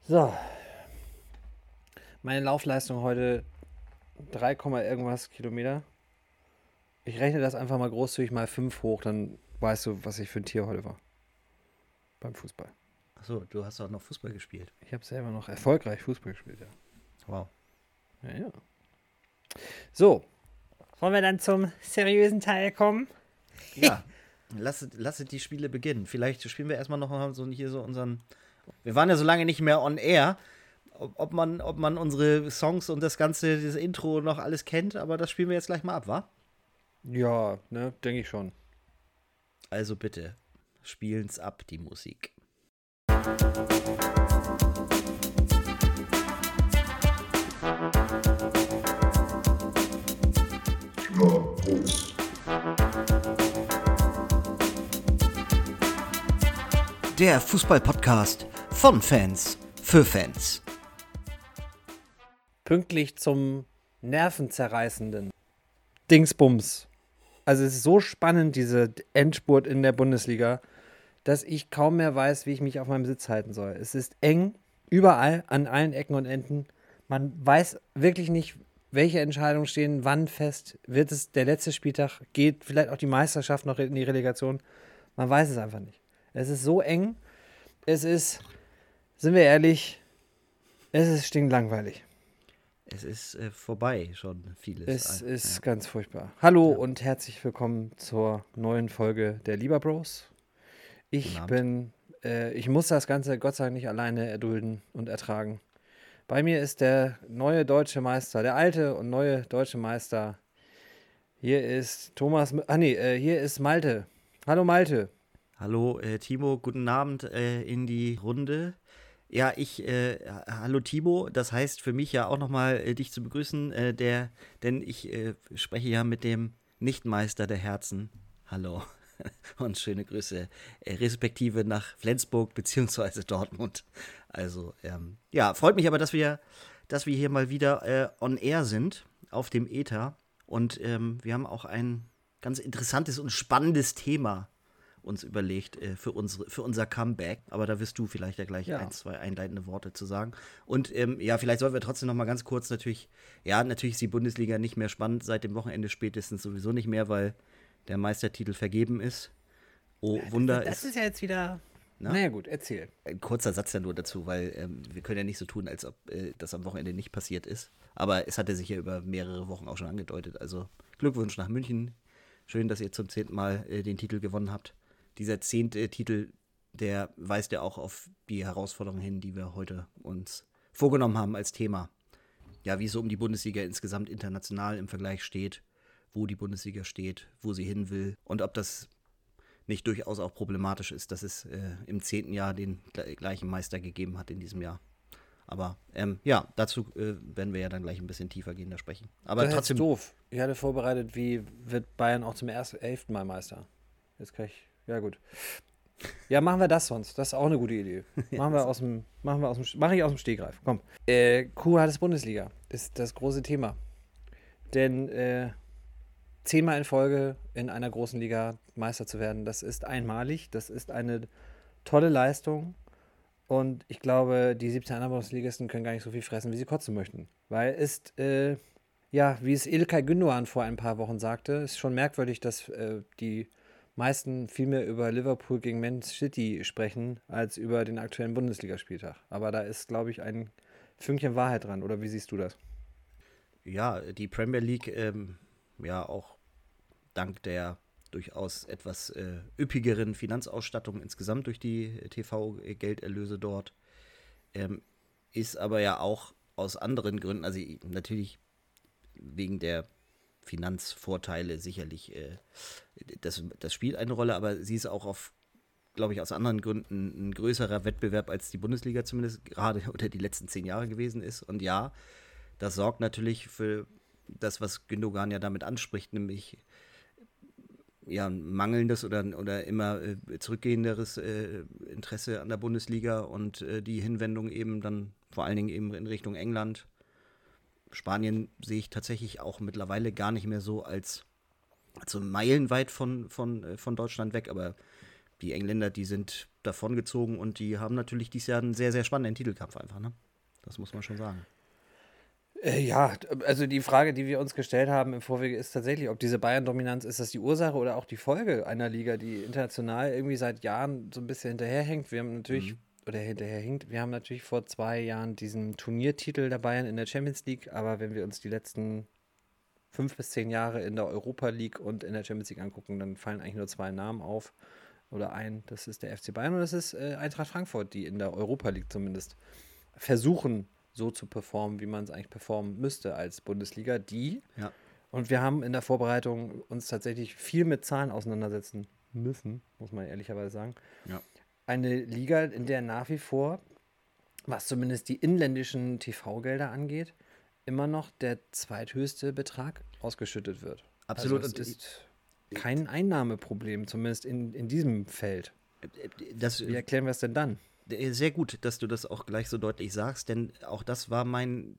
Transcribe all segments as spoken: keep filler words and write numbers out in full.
So, meine Laufleistung heute drei, irgendwas Kilometer. Ich rechne das einfach mal großzügig mal fünf hoch, dann weißt du, was ich für ein Tier heute war. Beim Fußball. Achso, du hast auch noch Fußball gespielt. Ich habe selber noch erfolgreich Fußball gespielt, ja. Wow. Ja, ja. So. Wollen wir dann zum seriösen Teil kommen? Ja, lasst, lasst die Spiele beginnen. Vielleicht spielen wir erstmal noch mal so hier so unseren. Wir waren ja so lange nicht mehr on air, ob, ob, man, ob man unsere Songs und das ganze, dieses Intro noch alles kennt, aber das spielen wir jetzt gleich mal ab, wa? Ja, ne, denke ich schon. Also bitte, spielen's ab, die Musik. Der Fußball-Podcast von Fans für Fans. Pünktlich zum nervenzerreißenden Dingsbums. Also es ist so spannend, diese Endspurt in der Bundesliga, dass ich kaum mehr weiß, wie ich mich auf meinem Sitz halten soll. Es ist eng, überall, an allen Ecken und Enden. Man weiß wirklich nicht, welche Entscheidungen stehen, wann fest. Wird es der letzte Spieltag? Geht vielleicht auch die Meisterschaft noch in die Relegation? Man weiß es einfach nicht. Es ist so eng. Es ist, sind wir ehrlich, es ist stinklangweilig. Es ist äh, vorbei schon vieles. Es ein, ist ja. ganz furchtbar. Hallo Ja. und herzlich willkommen zur neuen Folge der Lieber Bros. Ich bin, äh, ich muss das Ganze Gott sei Dank nicht alleine erdulden und ertragen. Bei mir ist der neue deutsche Meister, der alte und neue deutsche Meister. Hier ist Thomas, ah nee, äh, hier ist Malte. Hallo Malte. Hallo äh, Timo, guten Abend äh, in die Runde. Ja, ich, äh, hallo Timo, das heißt für mich ja auch nochmal äh, dich zu begrüßen, äh, der, denn ich äh, spreche ja mit dem Nichtmeister der Herzen. Hallo und schöne Grüße, äh, respektive nach Flensburg beziehungsweise Dortmund. Also, ähm, ja, freut mich aber, dass wir, dass wir hier mal wieder äh, on air sind, auf dem Äther. Und ähm, wir haben auch ein ganz interessantes und spannendes Thema uns überlegt äh, für, unsere, für unser Comeback. Aber da wirst du vielleicht ja gleich Ja. ein, zwei einleitende Worte zu sagen. Und ähm, ja, vielleicht sollten wir trotzdem noch mal ganz kurz natürlich, ja, natürlich ist die Bundesliga nicht mehr spannend, seit dem Wochenende spätestens sowieso nicht mehr, weil der Meistertitel vergeben ist. Oh, Wunder das, das ist, ist ja jetzt wieder, Na? naja gut, erzähl. ein kurzer Satz ja nur dazu, weil ähm, wir können ja nicht so tun, als ob äh, das am Wochenende nicht passiert ist. Aber es hatte sich ja über mehrere Wochen auch schon angedeutet. Also Glückwunsch nach München. Schön, dass ihr zum zehnten Mal äh, den Titel gewonnen habt. Dieser zehnte Titel, der weist ja auch auf die Herausforderungen hin, die wir heute uns vorgenommen haben als Thema. Ja, wie es so um die Bundesliga insgesamt international im Vergleich steht, wo die Bundesliga steht, wo sie hin will und ob das nicht durchaus auch problematisch ist, dass es äh, im zehnten Jahr den gleichen Meister gegeben hat in diesem Jahr. Aber ähm, ja, dazu äh, werden wir ja dann gleich ein bisschen tiefer gehen, da sprechen. Aber das trotzdem ist doof. Ich hatte vorbereitet, wie wird Bayern auch zum ersten, elften Mal Meister. Jetzt kann ich, ja gut. Ja, machen wir das sonst. Das ist auch eine gute Idee. Machen wir aus dem, machen wir aus dem, mache ich aus dem Stegreif. Komm. Äh, Kuh hat es Bundesliga. Ist das große Thema. Denn äh, zehnmal in Folge in einer großen Liga Meister zu werden, das ist einmalig. Das ist eine tolle Leistung. Und ich glaube, die siebzehn anderen Bundesligisten können gar nicht so viel fressen, wie sie kotzen möchten. Weil ist, äh, ja, wie es İlkay Gündoğan vor ein paar Wochen sagte, ist schon merkwürdig, dass äh, die meisten viel mehr über Liverpool gegen Man City sprechen, als über den aktuellen Bundesligaspieltag. Aber da ist, glaube ich, ein Fünkchen Wahrheit dran. Oder wie siehst du das? Ja, die Premier League, ähm, ja auch dank der durchaus etwas äh, üppigeren Finanzausstattung insgesamt durch die T V-Gelderlöse dort, ähm, ist aber ja auch aus anderen Gründen, also natürlich wegen der Finanzvorteile sicherlich, äh, das, das spielt eine Rolle, aber sie ist auch auf, glaube ich, aus anderen Gründen ein größerer Wettbewerb, als die Bundesliga zumindest gerade unter die letzten zehn Jahre gewesen ist. Und ja, das sorgt natürlich für das, was Gündoğan ja damit anspricht, nämlich ja, ein mangelndes oder, oder immer äh, zurückgehenderes äh, Interesse an der Bundesliga und äh, die Hinwendung eben dann vor allen Dingen eben in Richtung England. Spanien sehe ich tatsächlich auch mittlerweile gar nicht mehr so als, als so meilenweit von, von, von Deutschland weg, aber die Engländer, die sind davongezogen und die haben natürlich dieses Jahr einen sehr, sehr spannenden Titelkampf einfach, ne? Das muss man schon sagen. Äh, ja, also die Frage, die wir uns gestellt haben im Vorwege, ist tatsächlich, ob diese Bayern-Dominanz, ist das die Ursache oder auch die Folge einer Liga, die international irgendwie seit Jahren so ein bisschen hinterherhängt. Wir haben natürlich, Mhm. oder hinterherhinkt, wir haben natürlich vor zwei Jahren diesen Turniertitel der Bayern in der Champions League, aber wenn wir uns die letzten fünf bis zehn Jahre in der Europa League und in der Champions League angucken, dann fallen eigentlich nur zwei Namen auf. Oder ein, das ist der F C Bayern und das ist äh, Eintracht Frankfurt, die in der Europa League zumindest versuchen, so zu performen, wie man es eigentlich performen müsste als Bundesliga, die. Ja. Und wir haben in der Vorbereitung uns tatsächlich viel mit Zahlen auseinandersetzen müssen, muss man ehrlicherweise sagen. Ja. Eine Liga, in der nach wie vor, was zumindest die inländischen T V-Gelder angeht, immer noch der zweithöchste Betrag ausgeschüttet wird. Absolut. Also es Und ist kein Einnahmeproblem, zumindest in, in diesem Feld. das, Wie erklären wir es denn dann? sehr gut, dass du das auch gleich so deutlich sagst, denn auch das war mein,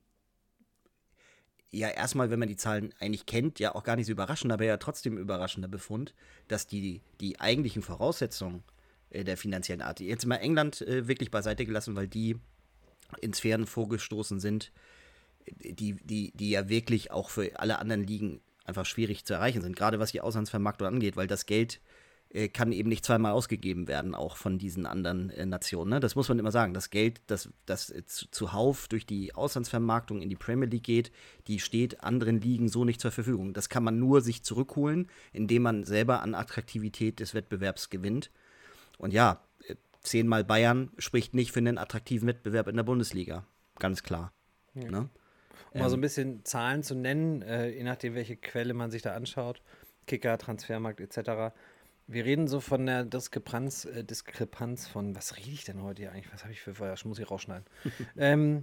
ja erstmal, wenn man die Zahlen eigentlich kennt, ja auch gar nicht so überraschend, aber ja trotzdem überraschender Befund, dass die, die eigentlichen Voraussetzungen äh, der finanziellen Art, jetzt mal England äh, wirklich beiseite gelassen, weil die in Sphären vorgestoßen sind, die, die, die ja wirklich auch für alle anderen Ligen einfach schwierig zu erreichen sind, gerade was die Auslandsvermarktung angeht, weil das Geld äh, kann eben nicht zweimal ausgegeben werden, auch von diesen anderen äh, Nationen. Ne? Das muss man immer sagen. Das Geld, das, das äh, zu, zuhauf durch die Auslandsvermarktung in die Premier League geht, die steht anderen Ligen so nicht zur Verfügung. Das kann man nur sich zurückholen, indem man selber an Attraktivität des Wettbewerbs gewinnt. Und ja, äh, zehnmal Bayern spricht nicht für einen attraktiven Wettbewerb in der Bundesliga. Ganz klar. Ja. Ne? Um mal so ein bisschen Zahlen zu nennen, äh, je nachdem, welche Quelle man sich da anschaut, Kicker, Transfermarkt et cetera. Wir reden so von der Diskrepanz, äh, Diskrepanz von, was rede ich denn heute hier eigentlich? Was habe ich für Feuer? Das muss ich rausschneiden. ähm,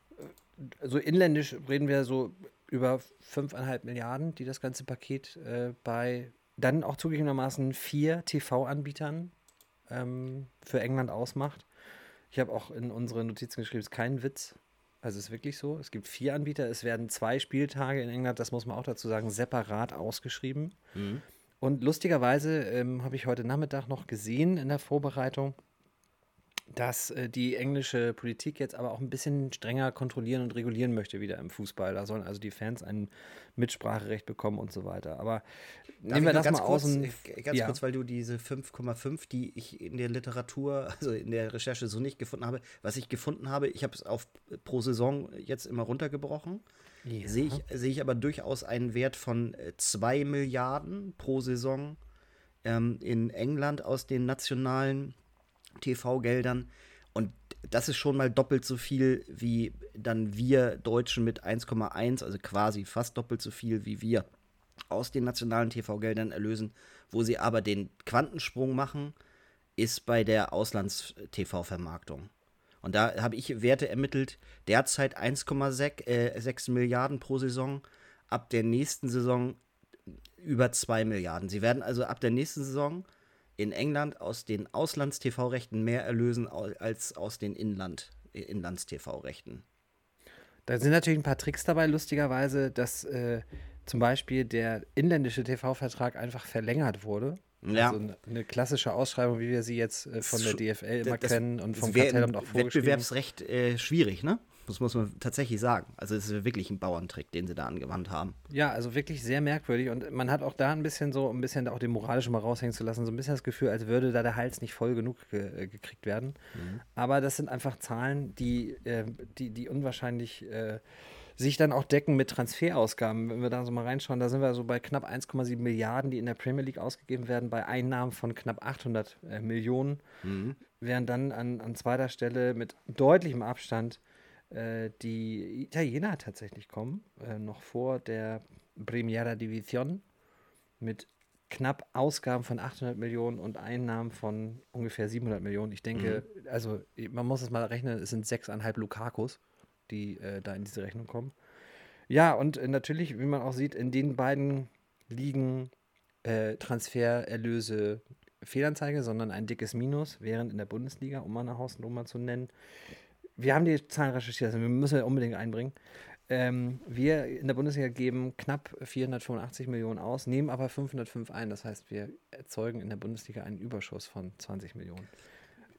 so inländisch reden wir so über fünfeinhalb Milliarden, die das ganze Paket äh, bei dann auch zugegebenermaßen vier T V-Anbietern ähm, für England ausmacht. Ich habe auch in unsere Notizen geschrieben, es ist kein Witz. Also es ist wirklich so. Es gibt vier Anbieter. Es werden zwei Spieltage in England, das muss man auch dazu sagen, separat ausgeschrieben. Mhm. Und lustigerweise ähm, habe ich heute Nachmittag noch gesehen in der Vorbereitung, dass äh, die englische Politik jetzt aber auch ein bisschen strenger kontrollieren und regulieren möchte wieder im Fußball. Da sollen also die Fans ein Mitspracherecht bekommen und so weiter. Aber Darf nehmen wir ich nur das ganz mal kurz, außen. äh, ganz ja. kurz, weil du diese fünf Komma fünf, die ich in der Literatur, also in der Recherche so nicht gefunden habe, was ich gefunden habe, ich habe es auf pro Saison jetzt immer runtergebrochen, Ja. sehe ich, sehe ich aber durchaus einen Wert von zwei Milliarden pro Saison ähm, in England aus den nationalen T V-Geldern. Und das ist schon mal doppelt so viel, wie dann wir Deutschen mit eins Komma eins, also quasi fast doppelt so viel, wie wir aus den nationalen T V-Geldern erlösen. Wo sie aber den Quantensprung machen, ist bei der Auslands-T V-Vermarktung. Und da habe ich Werte ermittelt, derzeit eins Komma sechs Milliarden pro Saison, ab der nächsten Saison über zwei Milliarden. Sie werden also ab der nächsten Saison in England aus den Auslands-T V-Rechten mehr erlösen als aus den Inland, Inlands-T V-Rechten. Da sind natürlich ein paar Tricks dabei, lustigerweise, dass äh, zum Beispiel der inländische T V-Vertrag einfach verlängert wurde. Ja. Also eine, eine klassische Ausschreibung, wie wir sie jetzt äh, von der D F L immer das, kennen und vom das wär Kartellamt im auch vorgeschrieben. Wettbewerbsrecht äh, schwierig, ne? Das muss man tatsächlich sagen. Also es ist wirklich ein Bauerntrick, den sie da angewandt haben. Ja, also wirklich sehr merkwürdig und man hat auch da ein bisschen so, ein bisschen auch den moralischen mal raushängen zu lassen, so ein bisschen das Gefühl, als würde da der Hals nicht voll genug ge- gekriegt werden. Mhm. Aber das sind einfach Zahlen, die, äh, die, die unwahrscheinlich äh, sich dann auch decken mit Transferausgaben. Wenn wir da so mal reinschauen, da sind wir so bei knapp eins Komma sieben Milliarden, die in der Premier League ausgegeben werden, bei Einnahmen von knapp achthundert äh, Millionen, mhm. während dann an, an zweiter Stelle mit deutlichem Abstand äh, die Italiener tatsächlich kommen, äh, noch vor der Primera División mit knapp Ausgaben von achthundert Millionen und Einnahmen von ungefähr siebenhundert Millionen. Ich denke, mhm. also man muss es mal rechnen, es sind sechseinhalb Lukakus, die äh, da in diese Rechnung kommen. Ja, und äh, natürlich, wie man auch sieht, in den beiden Ligen äh, Transfererlöse Fehlanzeige, sondern ein dickes Minus, während in der Bundesliga, um mal eine Hausnummer zu nennen, wir haben die Zahlen recherchiert, also wir müssen wir unbedingt einbringen. Ähm, wir in der Bundesliga geben knapp vierhundertfünfundachtzig Millionen aus, nehmen aber fünfhundertfünf ein. Das heißt, wir erzeugen in der Bundesliga einen Überschuss von zwanzig Millionen.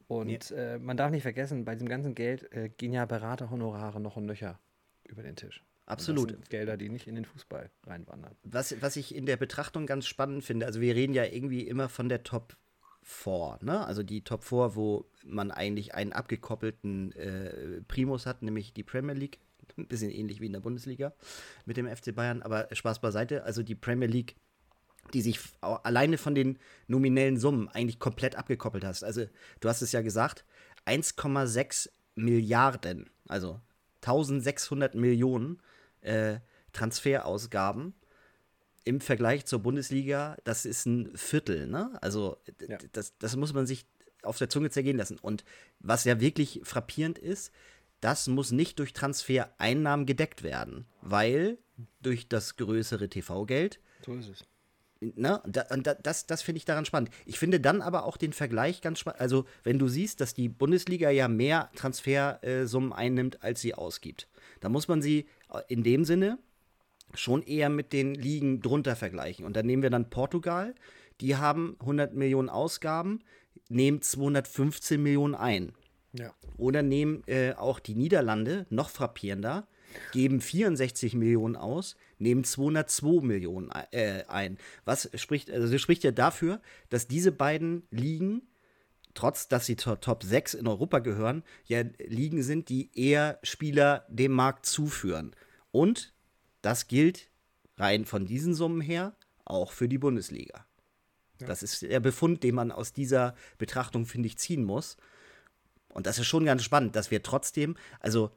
Und äh, man darf nicht vergessen, bei diesem ganzen Geld äh, gehen ja Beraterhonorare noch und nöcher über den Tisch. Absolut. Und das sind Gelder, die nicht in den Fußball reinwandern. Was, was ich in der Betrachtung ganz spannend finde, also wir reden ja irgendwie immer von der Top vier, ne? Also die Top vier, wo man eigentlich einen abgekoppelten äh, Primus hat, nämlich die Premier League. Ein bisschen ähnlich wie in der Bundesliga mit dem F C Bayern, aber Spaß beiseite. Also die Premier League, die sich alleine von den nominellen Summen eigentlich komplett abgekoppelt hast. Also du hast es ja gesagt, eins Komma sechs Milliarden, also eintausendsechshundert Millionen äh, Transferausgaben im Vergleich zur Bundesliga, das ist ein Viertel, ne? Also Ja. das, das muss man sich auf der Zunge zergehen lassen. Und was ja wirklich frappierend ist, das muss nicht durch Transfereinnahmen gedeckt werden, weil durch das größere T V-Geld. So ist es. Ne, und da, und da, das, das finde ich daran spannend. Ich finde dann aber auch den Vergleich ganz spannend. Also, wenn du siehst, dass die Bundesliga ja mehr Transfersummen einnimmt, als sie ausgibt, dann muss man sie in dem Sinne schon eher mit den Ligen drunter vergleichen. Und dann nehmen wir dann Portugal, die haben hundert Millionen Ausgaben, nehmen zweihundertfünfzehn Millionen ein. Ja. Oder nehmen äh, auch die Niederlande, noch frappierender, geben vierundsechzig Millionen aus, nehmen zweihundertzwei Millionen äh, ein. Was spricht, also das spricht ja dafür, dass diese beiden Ligen, trotz dass sie zur Top sechs in Europa gehören, ja Ligen sind, die eher Spieler dem Markt zuführen. Und das gilt rein von diesen Summen her auch für die Bundesliga. Ja. Das ist der Befund, den man aus dieser Betrachtung, finde ich, ziehen muss. Und das ist schon ganz spannend, dass wir trotzdem, also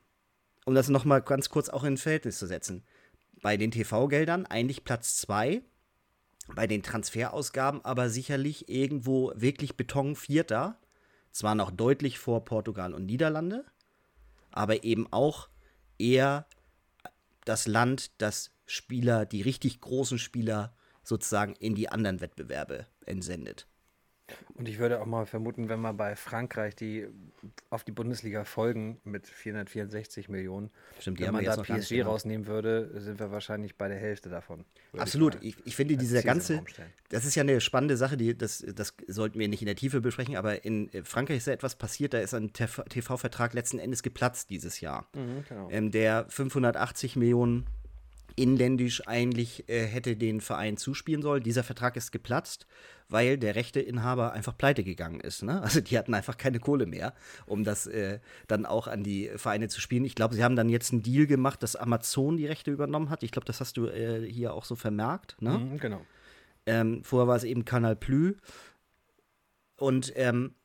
um das nochmal ganz kurz auch in ein Verhältnis zu setzen, bei den T V-Geldern eigentlich Platz zwei, bei den Transferausgaben aber sicherlich irgendwo wirklich Beton Vierter, zwar noch deutlich vor Portugal und Niederlande, aber eben auch eher das Land, das Spieler, die richtig großen Spieler sozusagen in die anderen Wettbewerbe entsendet. Und ich würde auch mal vermuten, wenn man bei Frankreich die auf die Bundesliga folgen mit vierhundertvierundsechzig Millionen, Stimmt, die wenn haben man wir jetzt da noch gar P S nicht G genannt. rausnehmen würde, sind wir wahrscheinlich bei der Hälfte davon. würde Absolut. Ich, Ich, ich finde, als dieser These in den ganze, Raum stellen. das ist ja eine spannende Sache, die, das, das sollten wir nicht in der Tiefe besprechen, aber in Frankreich ist ja etwas passiert, da ist ein T V-Vertrag letzten Endes geplatzt dieses Jahr, Mhm, genau. ähm, der fünfhundertachtzig Millionen inländisch eigentlich äh, hätte den Verein zuspielen sollen. Dieser Vertrag ist geplatzt, weil der Rechteinhaber einfach pleite gegangen ist. Ne? Also die hatten einfach keine Kohle mehr, um das äh, dann auch an die Vereine zu spielen. Ich glaube, sie haben dann jetzt einen Deal gemacht, dass Amazon die Rechte übernommen hat. Ich glaube, das hast du äh, hier auch so vermerkt. Ne? Mhm, genau. Ähm, vorher war es eben Canal Plus. Und ähm,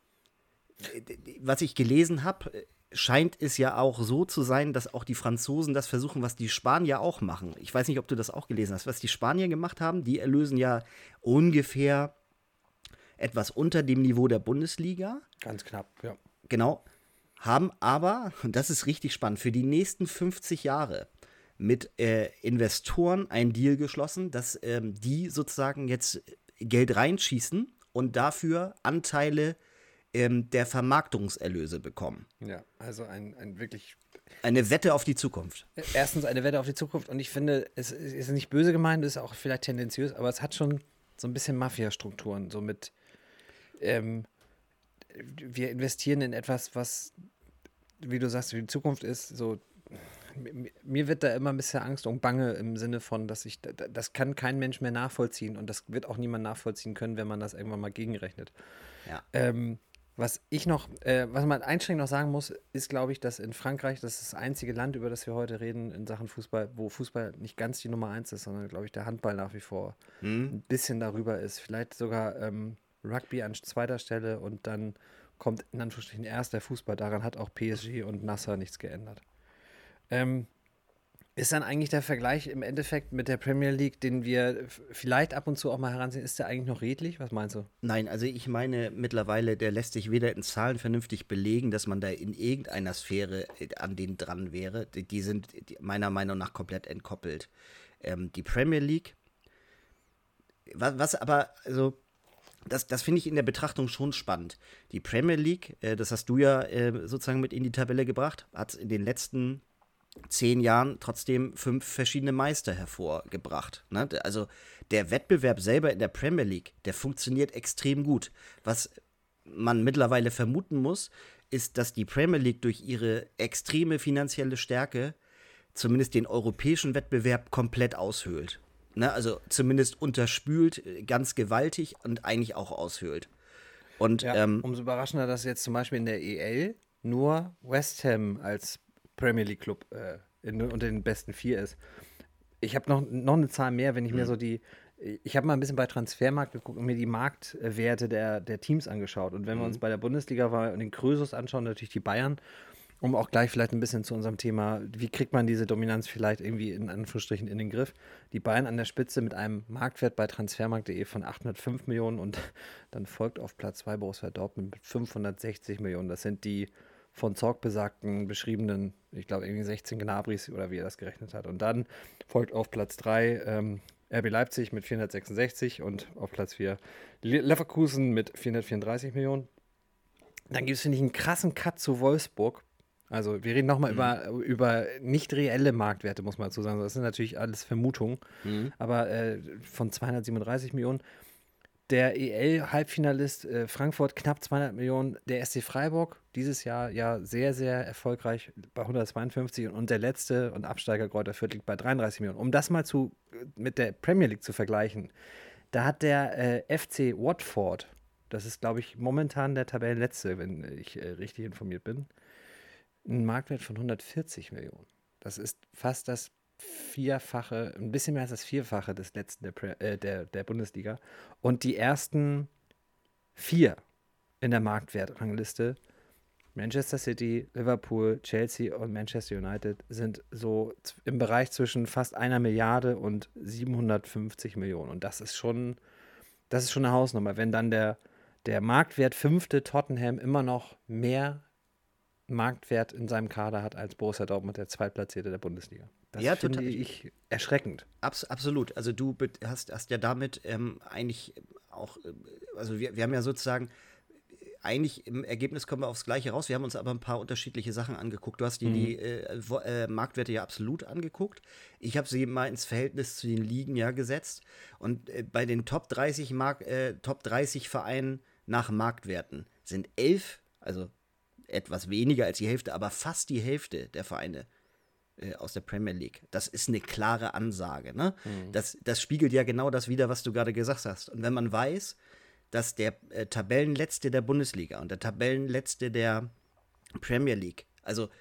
was ich gelesen habe, scheint es ja auch so zu sein, dass auch die Franzosen das versuchen, was die Spanier auch machen. Ich weiß nicht, ob du das auch gelesen hast. Was die Spanier gemacht haben, die erlösen ja ungefähr etwas unter dem Niveau der Bundesliga. Ganz knapp, ja. Genau. Haben aber, und das ist richtig spannend, für die nächsten fünfzig Jahre mit äh, Investoren einen Deal geschlossen, dass ähm, die sozusagen jetzt Geld reinschießen und dafür Anteile ähm, der Vermarktungserlöse bekommen. Ja, also ein, ein wirklich Eine Wette auf die Zukunft. erstens eine Wette auf die Zukunft und ich finde, es ist nicht böse gemeint, ist auch vielleicht tendenziös, aber es hat schon so ein bisschen Mafia-Strukturen, so mit ähm, wir investieren in etwas, was, wie du sagst, wie die Zukunft ist, so m- mir wird da immer ein bisschen Angst und Bange im Sinne von, dass ich, da- das kann kein Mensch mehr nachvollziehen und das wird auch niemand nachvollziehen können, wenn man das irgendwann mal gegenrechnet. Ja. Ähm, was ich noch, äh, was man einschränkend noch sagen muss, ist, glaube ich, dass in Frankreich, das ist das einzige Land, über das wir heute reden, in Sachen Fußball, wo Fußball nicht ganz die Nummer eins ist, sondern, glaube ich, der Handball nach wie vor Hm? ein bisschen darüber ist. Vielleicht sogar ähm, Rugby an zweiter Stelle und dann kommt in Anführungsstrichen erst der Fußball. Daran hat auch P S G und Nasser nichts geändert. Ähm, ist dann eigentlich der Vergleich im Endeffekt mit der Premier League, den wir f- vielleicht ab und zu auch mal heranziehen, ist der eigentlich noch redlich? Was meinst du? Nein, also ich meine mittlerweile, der lässt sich weder in Zahlen vernünftig belegen, dass man da in irgendeiner Sphäre äh, an denen dran wäre. Die, die sind die, meiner Meinung nach komplett entkoppelt. Ähm, die Premier League, was, was aber, also das, das finde ich in der Betrachtung schon spannend. Die Premier League, äh, das hast du ja äh, sozusagen mit in die Tabelle gebracht, hat in den letzten zehn Jahren trotzdem fünf verschiedene Meister hervorgebracht. Ne? Also der Wettbewerb selber in der Premier League, der funktioniert extrem gut. Was man mittlerweile vermuten muss, ist, dass die Premier League durch ihre extreme finanzielle Stärke zumindest den europäischen Wettbewerb komplett aushöhlt. Ne? Also zumindest unterspült, ganz gewaltig und eigentlich auch aushöhlt. Und, ja, ähm, umso überraschender, dass jetzt zum Beispiel in der E L nur West Ham als Premier League Club äh, in, unter den besten vier ist. Ich habe noch, noch eine Zahl mehr, wenn ich mir so die, ich habe mal ein bisschen bei Transfermarkt geguckt und mir die Marktwerte der, der Teams angeschaut. Und wenn wir uns bei der Bundesliga mal den Krösus anschauen, natürlich die Bayern, um auch gleich vielleicht ein bisschen zu unserem Thema, wie kriegt man diese Dominanz vielleicht irgendwie in Anführungsstrichen in den Griff. Die Bayern an der Spitze mit einem Marktwert bei transfermarkt punkt de von achthundertfünf Millionen und dann folgt auf Platz zwei Borussia Dortmund mit fünfhundertsechzig Millionen. Das sind die von Zorc besagten, beschriebenen, ich glaube irgendwie sechzehn Gnabrys oder wie er das gerechnet hat. Und dann folgt auf Platz drei ähm, R B Leipzig mit vierhundertsechsundsechzig und auf Platz vier Leverkusen mit vierhundertvierunddreißig Millionen. Dann gibt es, finde ich, einen krassen Cut zu Wolfsburg. Also wir reden nochmal mhm. über, über nicht reelle Marktwerte, muss man dazu sagen. Das sind natürlich alles Vermutungen. Mhm. Aber äh, von zweihundertsiebenunddreißig Millionen. Der E L-Halbfinalist äh, Frankfurt knapp zweihundert Millionen. Der S C Freiburg dieses Jahr ja sehr, sehr erfolgreich bei hundertzweiundfünfzig. Und der letzte und Absteiger Greuther Fürth liegt bei dreiunddreißig Millionen. Um das mal zu, mit der Premier League zu vergleichen, da hat der äh, F C Watford, das ist, glaube ich, momentan der Tabellenletzte, wenn ich äh, richtig informiert bin, einen Marktwert von hundertvierzig Millionen. Das ist fast das Vierfache, ein bisschen mehr als das Vierfache des letzten der, Pre- äh, der, der Bundesliga. Und die ersten vier in der Marktwertrangliste, Manchester City, Liverpool, Chelsea und Manchester United, sind so im Bereich zwischen fast einer Milliarde und siebenhundertfünfzig Millionen. Und das ist schon, das ist schon eine Hausnummer. Wenn dann der, der Marktwert fünfte Tottenham immer noch mehr Marktwert in seinem Kader hat als Borussia Dortmund, der Zweitplatzierte der Bundesliga. Das ja, finde total. ich erschreckend. Abs- absolut. Also du hast, hast ja damit ähm, eigentlich auch, also wir, wir haben ja sozusagen, eigentlich im Ergebnis kommen wir aufs Gleiche raus. Wir haben uns aber ein paar unterschiedliche Sachen angeguckt. Du hast dir mhm. die äh, wo, äh, Marktwerte ja absolut angeguckt. Ich habe sie mal ins Verhältnis zu den Ligen ja gesetzt. Und äh, bei den Top dreißig, Mark, äh, Top dreißig Vereinen nach Marktwerten sind elf, also etwas weniger als die Hälfte, aber fast die Hälfte der Vereine äh, aus der Premier League. Das ist eine klare Ansage. Ne? Mhm. Das, das spiegelt ja genau das wider, was du gerade gesagt hast. Und wenn man weiß, dass der äh, Tabellenletzte der Bundesliga und der Tabellenletzte der Premier League, also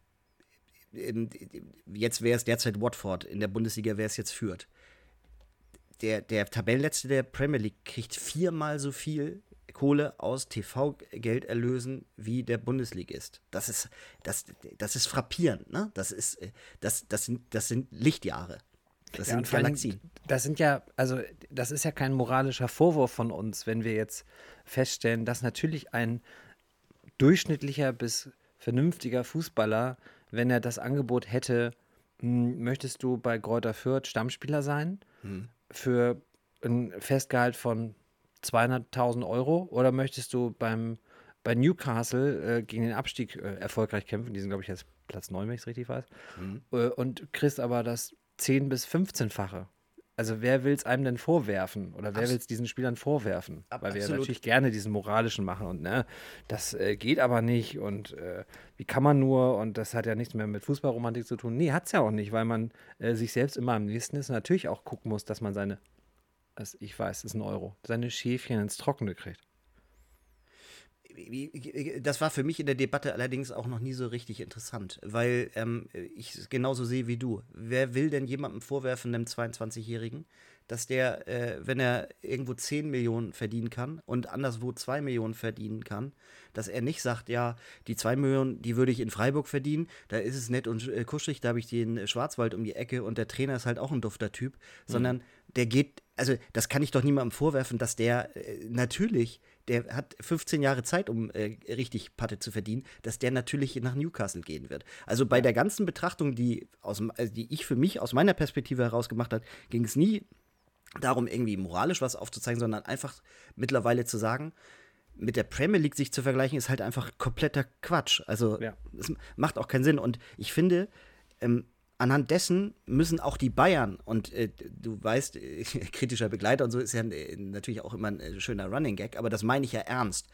ähm, jetzt wäre es derzeit Watford, in der Bundesliga wäre es jetzt Fürth. Der, der Tabellenletzte der Premier League kriegt viermal so viel Kohle aus T V-Gelderlösen wie der Bundesligist. Das ist, das, das ist frappierend, ne? Das ist, das, das sind, das sind Lichtjahre. Das ja, sind Galaxien. Das sind ja, also das ist ja kein moralischer Vorwurf von uns, wenn wir jetzt feststellen, dass natürlich ein durchschnittlicher bis vernünftiger Fußballer, wenn er das Angebot hätte, m, möchtest du bei Greuther Fürth Stammspieler sein, hm. für ein Festgehalt von zweihunderttausend Euro, oder möchtest du beim bei Newcastle äh, gegen den Abstieg äh, erfolgreich kämpfen? Die sind, glaube ich, jetzt Platz neun, wenn ich es richtig weiß. Mhm. Äh, und kriegst aber das zehn- bis fünfzehnfache. Also wer will es einem denn vorwerfen? Oder wer will es diesen Spielern vorwerfen? Ab, Weil wir absolut. natürlich gerne diesen moralischen machen und ne, das äh, geht aber nicht und äh, wie kann man nur, und das hat ja nichts mehr mit Fußballromantik zu tun. Nee, hat es ja auch nicht, weil man äh, sich selbst immer am nächsten ist und natürlich auch gucken muss, dass man seine, also ich weiß, das ist ein Euro, seine Schäfchen ins Trockene kriegt. Das war für mich in der Debatte allerdings auch noch nie so richtig interessant, weil ähm, ich es genauso sehe wie du. Wer will denn jemandem vorwerfen, einem zweiundzwanzigjährigen, dass der, äh, wenn er irgendwo zehn Millionen verdienen kann und anderswo zwei Millionen verdienen kann, dass er nicht sagt, ja, die zwei Millionen, die würde ich in Freiburg verdienen, da ist es nett und äh, kuschelig, da habe ich den Schwarzwald um die Ecke und der Trainer ist halt auch ein dufter Typ, mhm. sondern der geht, also das kann ich doch niemandem vorwerfen, dass der äh, natürlich, der hat fünfzehn Jahre Zeit, um äh, richtig Patte zu verdienen, dass der natürlich nach Newcastle gehen wird. Also bei ja. der ganzen Betrachtung, die, aus, also die ich für mich aus meiner Perspektive heraus gemacht habe, ging es nie darum, irgendwie moralisch was aufzuzeigen, sondern einfach mittlerweile zu sagen, mit der Premier League sich zu vergleichen, ist halt einfach kompletter Quatsch. Also ja. es macht auch keinen Sinn. Und ich finde, ähm, anhand dessen müssen auch die Bayern, und äh, du weißt, äh, kritischer Begleiter und so ist ja äh, natürlich auch immer ein äh, schöner Running Gag, aber das meine ich ja ernst.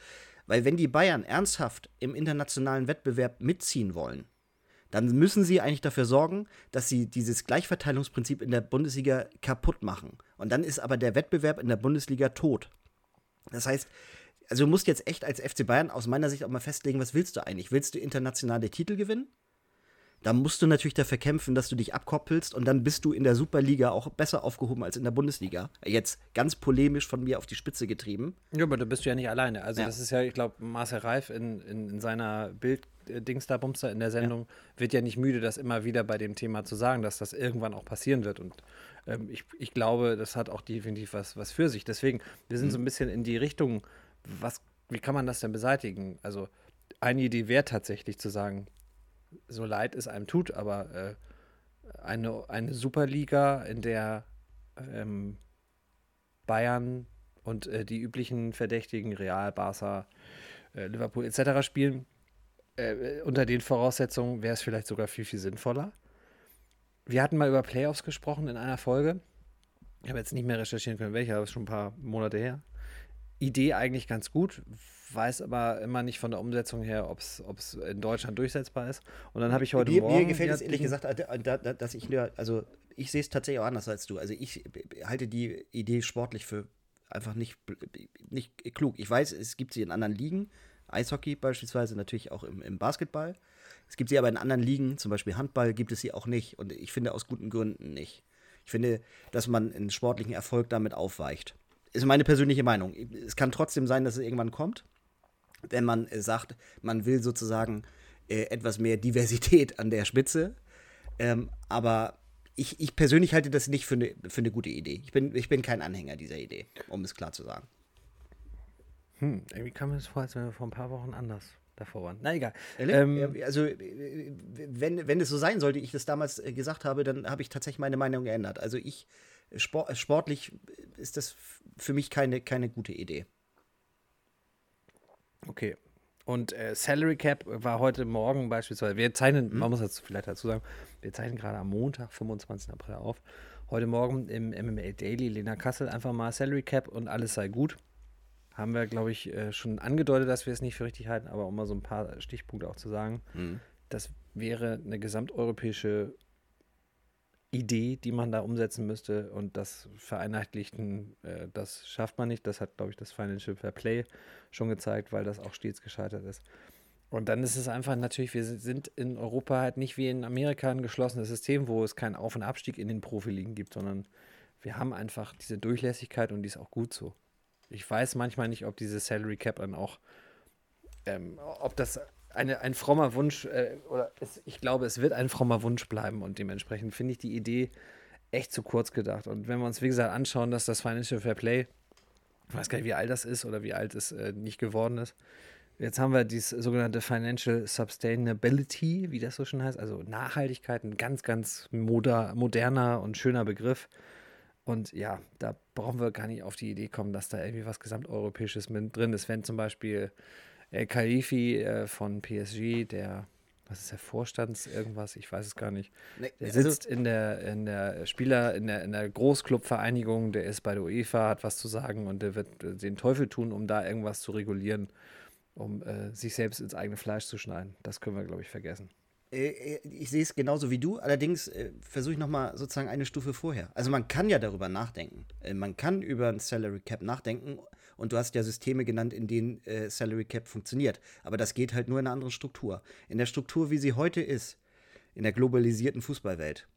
Weil wenn die Bayern ernsthaft im internationalen Wettbewerb mitziehen wollen, dann müssen sie eigentlich dafür sorgen, dass sie dieses Gleichverteilungsprinzip in der Bundesliga kaputt machen. Und dann ist aber der Wettbewerb in der Bundesliga tot. Das heißt, also du musst jetzt echt als F C Bayern aus meiner Sicht auch mal festlegen, was willst du eigentlich? Willst du internationale Titel gewinnen? Dann musst du natürlich dafür kämpfen, dass du dich abkoppelst und dann bist du in der Superliga auch besser aufgehoben als in der Bundesliga. Jetzt ganz polemisch von mir auf die Spitze getrieben. Ja, aber da bist du ja nicht alleine. Also Ja. das ist ja, ich glaube, Marcel Reif in, in, in seiner Bild-Dings da Bumster in der Sendung wird ja nicht müde, das immer wieder bei dem Thema zu sagen, dass das irgendwann auch passieren wird. Und ähm, ich, ich glaube, das hat auch definitiv was, was für sich. Deswegen, wir sind Mhm. so ein bisschen in die Richtung, was, wie kann man das denn beseitigen? Also eine Idee wäre tatsächlich zu sagen, so leid es einem tut, aber äh, eine, eine Superliga, in der ähm, Bayern und äh, die üblichen Verdächtigen, Real, Barca, äh, Liverpool et cetera spielen, äh, unter den Voraussetzungen wäre es vielleicht sogar viel, viel sinnvoller. Wir hatten mal über Playoffs gesprochen in einer Folge. Ich habe jetzt nicht mehr recherchieren können, welche, aber das ist schon ein paar Monate her. Idee eigentlich ganz gut, weiß aber immer nicht von der Umsetzung her, ob es in Deutschland durchsetzbar ist. Und dann habe ich heute mir, Morgen... Mir gefällt ja, es ehrlich gesagt, äh, da- da- dass ich, nur- also ich sehe es tatsächlich auch anders als du. Also ich halte die Idee sportlich für einfach nicht, nicht klug. Ich weiß, es gibt sie in anderen Ligen, Eishockey beispielsweise, natürlich auch im, im Basketball. Es gibt sie aber in anderen Ligen, zum Beispiel Handball, gibt es sie auch nicht. Und ich finde aus guten Gründen nicht. Ich finde, dass man einen sportlichen Erfolg damit aufweicht. Ist meine persönliche Meinung. Es kann trotzdem sein, dass es irgendwann kommt, wenn man äh, sagt, man will sozusagen äh, etwas mehr Diversität an der Spitze. Ähm, aber ich, ich persönlich halte das nicht für eine für eine gute Idee. Ich bin, ich bin kein Anhänger dieser Idee, um es klar zu sagen. Hm, irgendwie kam mir das vor, als wenn wir vor ein paar Wochen anders davor waren. Na egal. Ehrlich? Ähm, Ja, also, äh, wenn, wenn es so sein sollte, ich das damals äh, gesagt habe, dann habe ich tatsächlich meine Meinung geändert. Also ich, sport, sportlich ist das f- für mich keine, keine gute Idee. Okay. Und äh, Salary Cap war heute Morgen beispielsweise, wir zeichnen, Hm? man muss das vielleicht dazu sagen, wir zeichnen gerade am Montag, fünfundzwanzigsten April auf. Heute Morgen im M M A Daily, Lena Kassel, einfach mal Salary Cap und alles sei gut. Haben wir, glaube ich, äh, schon angedeutet, dass wir es nicht für richtig halten, aber um mal so ein paar Stichpunkte auch zu sagen, Hm. das wäre eine gesamteuropäische Idee, die man da umsetzen müsste und das Vereinheitlichten, äh, das schafft man nicht. Das hat, glaube ich, das Financial Fair Play schon gezeigt, weil das auch stets gescheitert ist. Und dann ist es einfach natürlich, wir sind in Europa halt nicht wie in Amerika ein geschlossenes System, wo es keinen Auf- und Abstieg in den Profiligen gibt, sondern wir haben einfach diese Durchlässigkeit und die ist auch gut so. Ich weiß manchmal nicht, ob diese Salary Cap dann auch, ähm, ob das eine, ein frommer Wunsch, äh, oder es, ich glaube, es wird ein frommer Wunsch bleiben und dementsprechend finde ich die Idee echt zu kurz gedacht. Und wenn wir uns, wie gesagt, anschauen, dass das Financial Fair Play, ich weiß gar nicht, wie alt das ist oder wie alt es äh, nicht geworden ist. Jetzt haben wir dieses sogenannte Financial Sustainability, wie das so schon heißt, also Nachhaltigkeit, ein ganz, ganz moder, moderner und schöner Begriff. Und ja, da brauchen wir gar nicht auf die Idee kommen, dass da irgendwie was Gesamteuropäisches mit drin ist. Wenn zum Beispiel El Khalifi äh, von P S G, der, was ist der Vorstands, irgendwas, ich weiß es gar nicht, Nee, der also- sitzt in der, in der Spieler, in der, in der Großclubvereinigung, der ist bei der UEFA, hat was zu sagen und der wird äh, den Teufel tun, um da irgendwas zu regulieren, um äh, sich selbst ins eigene Fleisch zu schneiden. Das können wir, glaube ich, vergessen. Äh, Ich sehe es genauso wie du, allerdings äh, versuche ich nochmal sozusagen eine Stufe vorher. Also man kann ja darüber nachdenken. Äh, man kann über ein Salary Cap nachdenken und du hast ja Systeme genannt, in denen äh, Salary Cap funktioniert. Aber das geht halt nur in einer anderen Struktur. In der Struktur, wie sie heute ist, in der globalisierten Fußballwelt,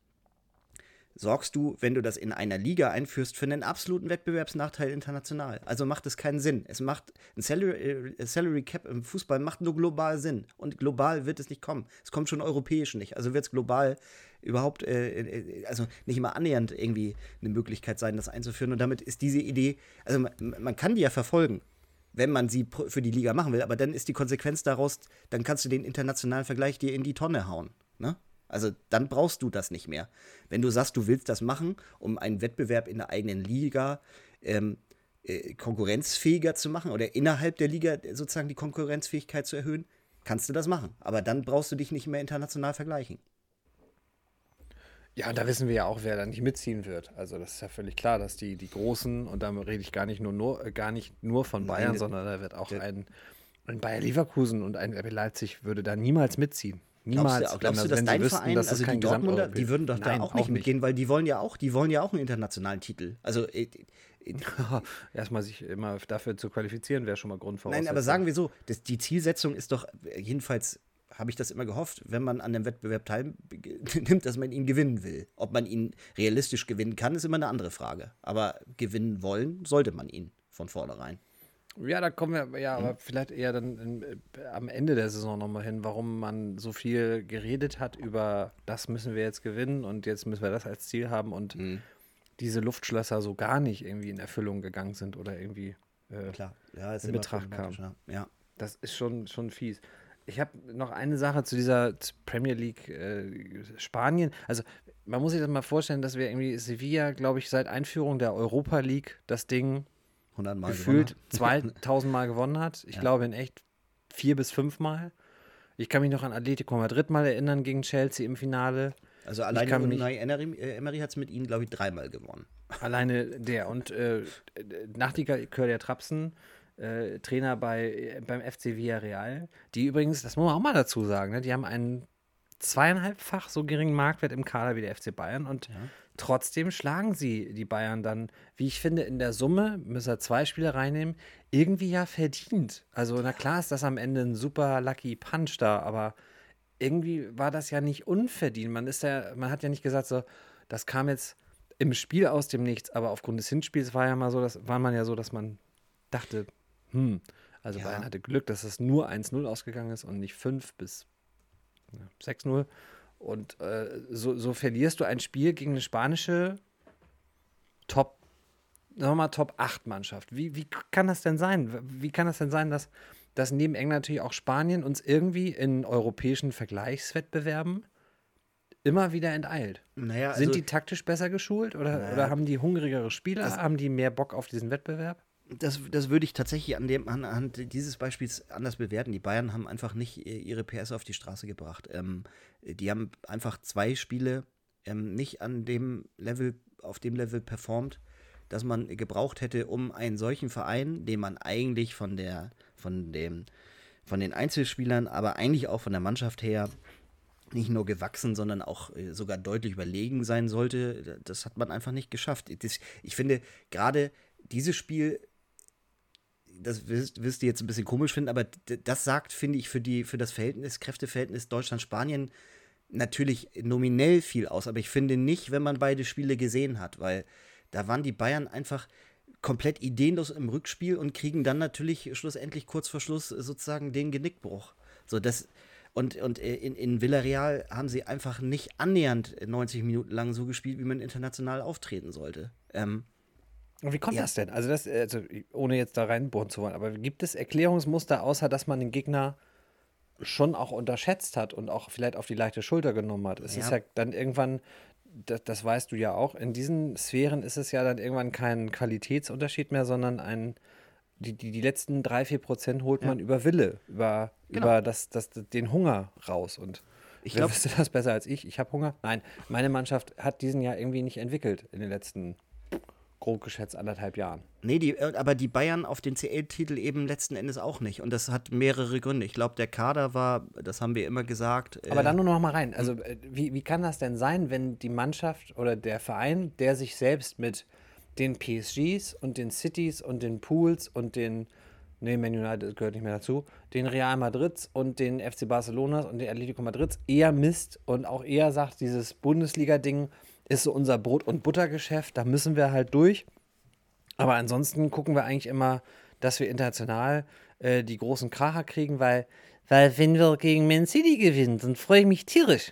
sorgst du, wenn du das in einer Liga einführst, für einen absoluten Wettbewerbsnachteil international. Also macht es keinen Sinn. Es macht ein Salary, äh, Salary Cap im Fußball macht nur global Sinn. Und global wird es nicht kommen. Es kommt schon europäisch nicht. Also wird es global überhaupt, äh, äh, also nicht mal annähernd irgendwie eine Möglichkeit sein, das einzuführen. Und damit ist diese Idee, also man, man kann die ja verfolgen, wenn man sie pro- für die Liga machen will. Aber dann ist die Konsequenz daraus, dann kannst du den internationalen Vergleich dir in die Tonne hauen. Ne? Also dann brauchst du das nicht mehr. Wenn du sagst, du willst das machen, um einen Wettbewerb in der eigenen Liga ähm, äh, konkurrenzfähiger zu machen oder innerhalb der Liga sozusagen die Konkurrenzfähigkeit zu erhöhen, kannst du das machen. Aber dann brauchst du dich nicht mehr international vergleichen. Ja, und da wissen wir ja auch, wer da nicht mitziehen wird. Also das ist ja völlig klar, dass die, die Großen, und da rede ich gar nicht nur, nur, äh, gar nicht nur von Bayern, Nein, sondern da wird auch der- ein, Und Bayer Leverkusen und ein R B Leipzig würde da niemals mitziehen. Niemals. Glaubst du, glaubst du wenn, dass wenn dein wüssten, Verein, dass also es kein die Dortmunder, Gesamteuropäer- die würden doch Nein, da auch nicht auch mitgehen, weil die wollen ja auch, die wollen ja auch einen internationalen Titel. Also äh, äh, Erstmal sich immer dafür zu qualifizieren, wäre schon mal Grundvoraussetzung. nein, aber sagen wir so, das, die Zielsetzung ist doch, äh, jedenfalls habe ich das immer gehofft, wenn man an dem Wettbewerb teilnimmt, dass man ihn gewinnen will. Ob man ihn realistisch gewinnen kann, ist immer eine andere Frage. Aber gewinnen wollen, sollte man ihn von vornherein. Ja, da kommen wir, ja, aber vielleicht eher dann in, äh, am Ende der Saison nochmal hin, warum man so viel geredet hat über, das müssen wir jetzt gewinnen und jetzt müssen wir das als Ziel haben und Mhm. diese Luftschlösser so gar nicht irgendwie in Erfüllung gegangen sind oder irgendwie äh, Klar, ja, ist in immer Betracht kam. problematisch, Ja. ja. Das ist schon, schon fies. Ich habe noch eine Sache zu dieser Premier League äh, Spanien. Also man muss sich das mal vorstellen, dass wir irgendwie Sevilla, glaube ich, seit Einführung der Europa League das Ding hundert Mal gefühlt gewonnen. zweitausend Mal gewonnen hat. Ich Ja. glaube in echt vier bis fünf Mal. Ich kann mich noch an Atletico Madrid mal erinnern gegen Chelsea im Finale. Also alleine kann mich- Unai Emery, äh, Emery hat es mit ihnen, glaube ich, dreimal gewonnen. Alleine der. Und äh, Nachtigall der Trapsen, äh, Trainer bei, beim F C Villarreal, die übrigens, das muss man auch mal dazu sagen, ne, die haben einen zweieinhalbfach so geringen Marktwert im Kader wie der F C Bayern und Ja. trotzdem schlagen sie die Bayern dann, wie ich finde, in der Summe, müssen wir zwei Spiele reinnehmen, irgendwie ja verdient. Also na klar ist das am Ende ein super lucky Punch da, aber irgendwie war das ja nicht unverdient. Man ist ja, man hat ja nicht gesagt, so, das kam jetzt im Spiel aus dem Nichts, aber aufgrund des Hinspiels war ja mal so, das war man ja so, dass man dachte, hm, also Ja. Bayern hatte Glück, dass es nur eins null ausgegangen ist und nicht fünf bis ja, sechs null. Und äh, so, so verlierst du ein Spiel gegen eine spanische Top, sagen wir mal, Top acht Mannschaft. Wie, wie kann das denn sein? Wie kann das denn sein, dass, dass neben England natürlich auch Spanien uns irgendwie in europäischen Vergleichswettbewerben immer wieder enteilt? Naja, Sind also die taktisch besser geschult oder, Naja, oder haben die hungrigere Spieler? das- haben die mehr Bock auf diesen Wettbewerb? das, das würde ich tatsächlich an dem, an, anhand dieses Beispiels anders bewerten. Die Bayern haben einfach nicht äh, ihre P S auf die Straße gebracht. Ähm, die haben einfach zwei Spiele ähm, nicht an dem Level, auf dem Level performt, das man gebraucht hätte, um einen solchen Verein, den man eigentlich von der, von dem, von den Einzelspielern, aber eigentlich auch von der Mannschaft her nicht nur gewachsen, sondern auch äh, sogar deutlich überlegen sein sollte. Das hat man einfach nicht geschafft. Das, ich finde, gerade dieses Spiel, das wirst, wirst du jetzt ein bisschen komisch finden, aber d- das sagt, finde ich, für, die, für das Verhältnis, Kräfteverhältnis Deutschland-Spanien natürlich nominell viel aus. Aber ich finde nicht, wenn man beide Spiele gesehen hat, weil da waren die Bayern einfach komplett ideenlos im Rückspiel und kriegen dann natürlich schlussendlich kurz vor Schluss sozusagen den Genickbruch. So, das, und, und in, in Villarreal haben sie einfach nicht annähernd neunzig Minuten lang so gespielt, wie man international auftreten sollte. Ähm, Und wie kommt Ja. das denn? Also, das, also, ohne jetzt da reinbohren zu wollen, aber gibt es Erklärungsmuster, außer dass man den Gegner schon auch unterschätzt hat und auch vielleicht auf die leichte Schulter genommen hat? Es ist Ja. ja dann irgendwann, das, das weißt du ja auch, in diesen Sphären ist es ja dann irgendwann kein Qualitätsunterschied mehr, sondern ein, die, die, die letzten drei, vier Prozent holt Ja. man über Wille, über, Genau. über das, das, den Hunger raus. Und Ich wer glaub- wüsste das besser als ich? Ich habe Hunger. Nein, meine Mannschaft hat diesen Jahr irgendwie nicht entwickelt in den letzten, grob geschätzt, anderthalb Jahren. Nee, die, äh, aber die Bayern auf den C L-Titel eben letzten Endes auch nicht. Und das hat mehrere Gründe. Ich glaube, der Kader war, das haben wir immer gesagt. Aber äh, dann nur noch mal rein. Also, äh, wie, wie kann das denn sein, wenn die Mannschaft oder der Verein, der sich selbst mit den P S Gs und den Cities und den Pools und den, nee, Man United gehört nicht mehr dazu, den Real Madrids und den F C Barcelonas und den Atletico Madrids eher misst und auch eher sagt, dieses Bundesliga-Ding ist so unser Brot- und Buttergeschäft, da müssen wir halt durch. Aber ansonsten gucken wir eigentlich immer, dass wir international äh, die großen Kracher kriegen, weil, weil wenn wir gegen Man City gewinnen, dann freue ich mich tierisch.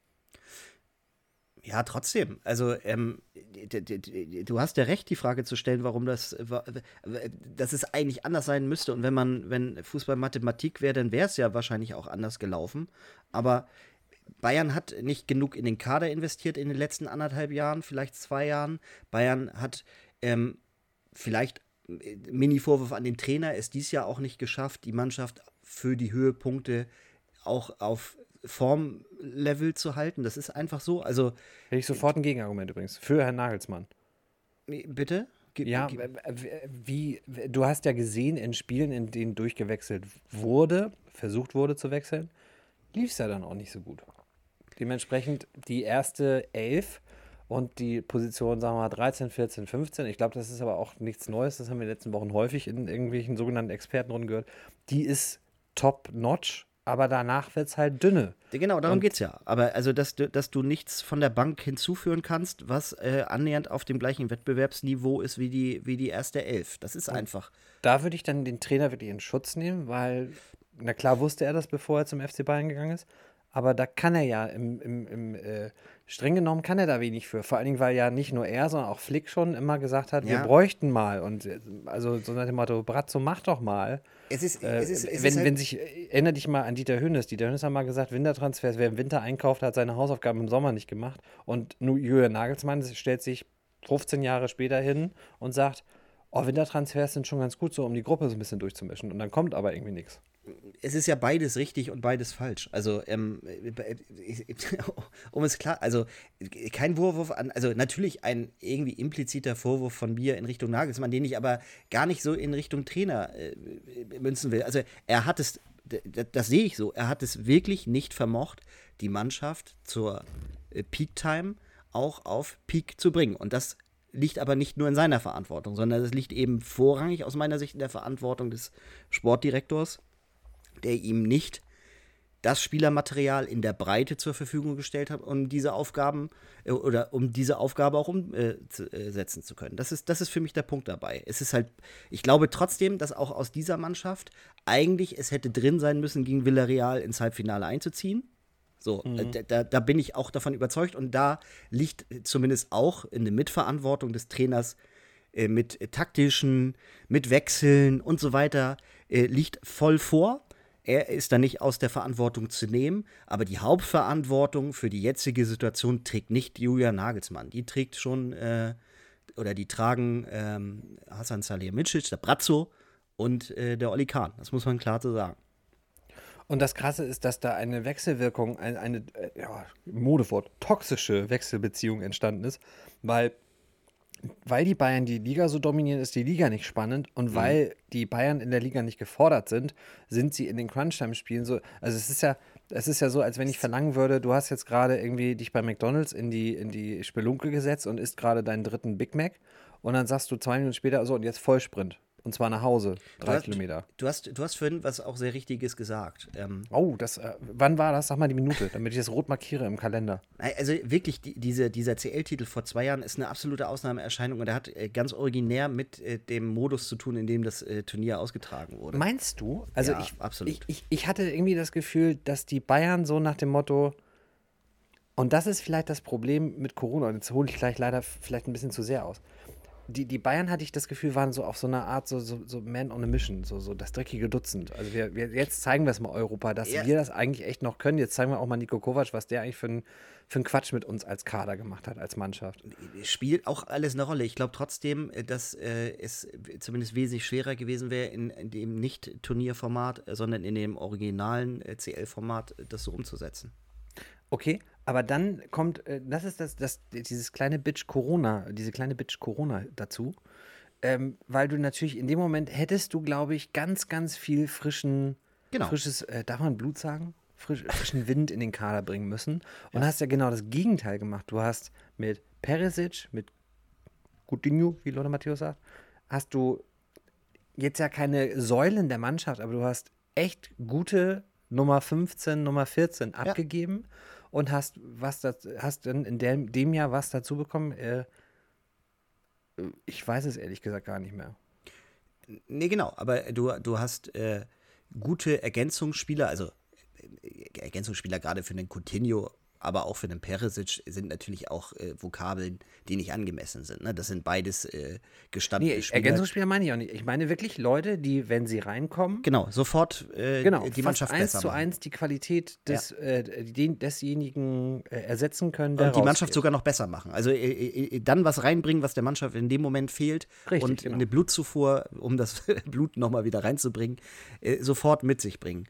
Ja, trotzdem. Also, ähm, d- d- d- du hast ja recht, die Frage zu stellen, warum das, wa- dass es eigentlich anders sein müsste. Und wenn man, wenn Fußball Mathematik wäre, dann wäre es ja wahrscheinlich auch anders gelaufen. Aber Bayern hat nicht genug in den Kader investiert in den letzten anderthalb Jahren, vielleicht zwei Jahren. Bayern hat ähm, vielleicht äh, Mini-Vorwurf an den Trainer, es dies Jahr auch nicht geschafft, die Mannschaft für die Höhepunkte auch auf Formlevel zu halten. Das ist einfach so. Also, Hätte ich sofort ein Gegenargument übrigens. Für Herrn Nagelsmann. bitte? Ge- Ja, ge- wie, du hast ja gesehen in Spielen, in denen durchgewechselt wurde, versucht wurde zu wechseln, lief es ja dann auch nicht so gut. Dementsprechend die erste Elf und die Position, sagen wir mal, dreizehn, vierzehn, fünfzehn, ich glaube, das ist aber auch nichts Neues, das haben wir in den letzten Wochen häufig in irgendwelchen sogenannten Expertenrunden gehört, die ist top-notch, aber danach wird es halt dünne. Genau, darum Und- geht's ja. Aber also, dass du, dass du nichts von der Bank hinzuführen kannst, was äh, annähernd auf dem gleichen Wettbewerbsniveau ist wie die, wie die erste Elf. Das ist einfach. Da würde ich dann den Trainer wirklich in Schutz nehmen, weil, na klar wusste er das, bevor er zum F C Bayern gegangen ist, aber da kann er ja im, im, im äh, streng genommen kann er da wenig für. Vor allen Dingen, weil ja nicht nur er, sondern auch Flick schon immer gesagt hat, wir Ja. bräuchten mal. Und äh, also so nach dem Motto, Brazzo, mach doch mal. Es ist, Äh, es ist, es wenn, ist halt, wenn sich, äh, erinnere dich mal an Dieter Hönes. Dieter Hönes hat mal gesagt, Wintertransfers, wer im Winter einkauft, hat seine Hausaufgaben im Sommer nicht gemacht. Und nu- Julian Nagelsmann stellt sich fünfzehn Jahre später hin und sagt, oh, Wintertransfers sind schon ganz gut so, um die Gruppe so ein bisschen durchzumischen. Und dann kommt aber irgendwie nichts. es ist ja beides richtig und beides falsch. Also, ähm, um es klar, also kein Vorwurf an, also natürlich ein irgendwie impliziter Vorwurf von mir in Richtung Nagelsmann, den ich aber gar nicht so in Richtung Trainer äh, münzen will. Also er hat es, das, das sehe ich so, er hat es wirklich nicht vermocht, die Mannschaft zur äh, Peak-Time auch auf Peak zu bringen. Und das liegt aber nicht nur in seiner Verantwortung, sondern es liegt eben vorrangig aus meiner Sicht in der Verantwortung des Sportdirektors, der ihm nicht das Spielermaterial in der Breite zur Verfügung gestellt hat, um diese Aufgaben äh, oder um diese Aufgabe auch umsetzen zu können. Das ist, das ist für mich der Punkt dabei. Es ist halt, ich glaube trotzdem, dass auch aus dieser Mannschaft eigentlich es hätte drin sein müssen, gegen Villarreal ins Halbfinale einzuziehen. So, Mhm. äh, da, da bin ich auch davon überzeugt und da liegt zumindest auch in der Mitverantwortung des Trainers äh, mit äh, taktischen, mit Wechseln und so weiter, äh, liegt voll vor. Er ist da nicht aus der Verantwortung zu nehmen, aber die Hauptverantwortung für die jetzige Situation trägt nicht Julian Nagelsmann. Die trägt schon, äh, oder die tragen ähm, Hasan Salihamidzic, der Brazzo und äh, der Oli Kahn. Das muss man klar so sagen. Und das Krasse ist, dass da eine Wechselwirkung, eine, eine äh, ja, Modewort, toxische Wechselbeziehung entstanden ist, weil, weil die Bayern die Liga so dominieren, ist die Liga nicht spannend und Mhm. weil die Bayern in der Liga nicht gefordert sind, sind sie in den Crunch-Time-Spielen so, also es ist ja, es ist ja so, als wenn ich verlangen würde, du hast jetzt gerade irgendwie dich bei McDonald's in die, in die Spelunke gesetzt und isst gerade deinen dritten Big Mac und dann sagst du zwei Minuten später, so und jetzt Vollsprint. Und zwar nach Hause, Du drei hast- Kilometer. Du hast, du hast vorhin was auch sehr Richtiges gesagt. Ähm, Oh, das, äh, wann war das? Sag mal die Minute, damit ich das rot markiere im Kalender. Also wirklich, die, diese, dieser C L-Titel vor zwei Jahren ist eine absolute Ausnahmeerscheinung und er hat äh, ganz originär mit äh, dem Modus zu tun, in dem das äh, Turnier ausgetragen wurde. Meinst du? Also Ja, ich, absolut. Ich, ich, ich hatte irgendwie das Gefühl, dass die Bayern so nach dem Motto, und das ist vielleicht das Problem mit Corona, und jetzt hole ich gleich leider vielleicht ein bisschen zu sehr aus. Die, die Bayern, hatte ich das Gefühl, waren so auf so einer Art so, so, so Man on a Mission, so, so das dreckige Dutzend. Also wir, wir, jetzt zeigen wir es mal Europa, dass Ja. wir das eigentlich echt noch können. Jetzt zeigen wir auch mal Nico Kovac, was der eigentlich für einen für einen Quatsch mit uns als Kader gemacht hat, als Mannschaft. Spielt auch alles eine Rolle. Ich glaube trotzdem, äh, dass äh, es zumindest wesentlich schwerer gewesen wäre, in, in dem Nicht-Turnierformat, äh, sondern in dem originalen äh, C L-Format, äh, das so umzusetzen. Okay, aber dann kommt, äh, das ist das, das, dieses kleine Bitch Corona, diese kleine Bitch Corona dazu. Ähm, weil du natürlich in dem Moment hättest du, glaube ich, ganz, ganz viel frischen, Genau. frisches, äh, darf man Blut sagen? Frisch, frischen Wind in den Kader bringen müssen. Und hast ja genau das Gegenteil gemacht. Du hast mit Perisic, mit Coutinho, wie Lothar Matthäus sagt, hast du jetzt ja keine Säulen der Mannschaft, aber du hast echt gute Nummer fünfzehn, Nummer vierzehn abgegeben und hast was das, hast dann in dem, dem Jahr was dazu bekommen. Äh, ich weiß es ehrlich gesagt gar nicht mehr. Nee, genau, aber du, du hast äh, gute Ergänzungsspieler, also äh, Ergänzungsspieler gerade für den Coutinho, aber auch für den Perisic sind natürlich auch äh, Vokabeln, die nicht angemessen sind. Ne? Das sind beides äh, gestandene Nee, Spieler. Ergänzungsspieler meine ich auch nicht. Ich meine wirklich Leute, die, wenn sie reinkommen, Genau, sofort äh, genau, die fast Mannschaft eins besser zu machen. eins die Qualität des, äh, den, desjenigen äh, ersetzen können, der Und die Mannschaft rausgeht. sogar noch besser machen. Also äh, äh, dann was reinbringen, was der Mannschaft in dem Moment fehlt. Richtig, und genau. eine Blutzufuhr, um das Blut nochmal wieder reinzubringen, äh, sofort mit sich bringen.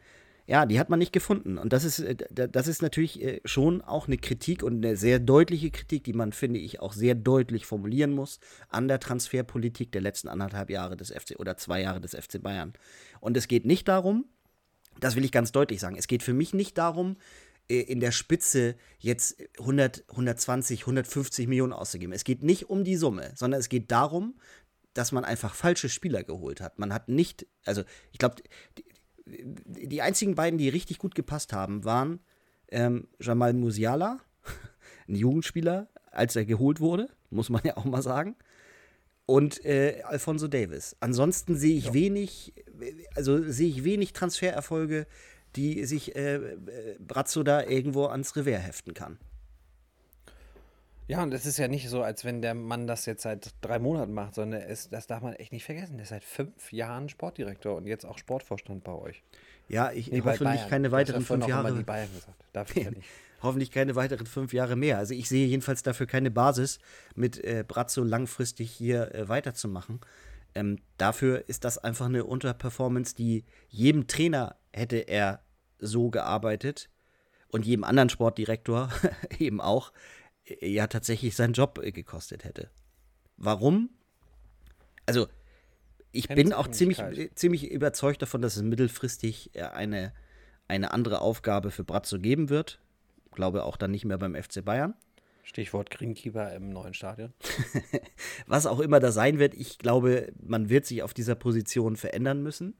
Ja, die hat man nicht gefunden. Und das ist, äh, da- das ist natürlich äh, schon auch eine Kritik und eine sehr deutliche Kritik, die man, finde ich, auch sehr deutlich formulieren muss an der Transferpolitik der letzten anderthalb Jahre des F C oder zwei Jahre des F C Bayern. Und es geht nicht darum, das will ich ganz deutlich sagen, es geht für mich nicht darum, äh, in der Spitze jetzt hundert, hundertzwanzig, hundertfünfzig Millionen auszugeben. Es geht nicht um die Summe, sondern es geht darum, dass man einfach falsche Spieler geholt hat. Man hat nicht, also ich glaube, die, die einzigen beiden, die richtig gut gepasst haben, waren ähm, Jamal Musiala, ein Jugendspieler, als er geholt wurde, muss man ja auch mal sagen, und äh, Alphonso Davies. Ansonsten sehe ich Ja. wenig, also sehe ich wenig Transfererfolge, die sich äh, äh, Brazzo da irgendwo ans Revers heften kann. Ja, und es ist ja nicht so, als wenn der Mann das jetzt seit drei Monaten macht, sondern er ist, das darf man echt nicht vergessen. Der ist seit fünf Jahren Sportdirektor und jetzt auch Sportvorstand bei euch. Ja, ich Nee, bei hoffentlich Bayern. keine Du hast ja weiteren vorhin fünf auch immer Jahre. die Bayern gesagt. Darf ich ja nicht. Hoffentlich keine weiteren fünf Jahre mehr. Also ich sehe jedenfalls dafür keine Basis, mit äh, Brazzo langfristig hier äh, weiterzumachen. Ähm, dafür ist das einfach eine Unterperformance, die jedem Trainer hätte er so gearbeitet und jedem anderen Sportdirektor eben auch äh, ja tatsächlich seinen Job äh, gekostet hätte. Warum? Also ich bin auch ziemlich, Hemdsärmlichkeit. äh, ziemlich überzeugt davon, dass es mittelfristig äh, eine, eine andere Aufgabe für Brazzo geben wird. Glaube auch dann nicht mehr beim F C Bayern. Stichwort Greenkeeper im neuen Stadion. Was auch immer das sein wird, ich glaube, man wird sich auf dieser Position verändern müssen.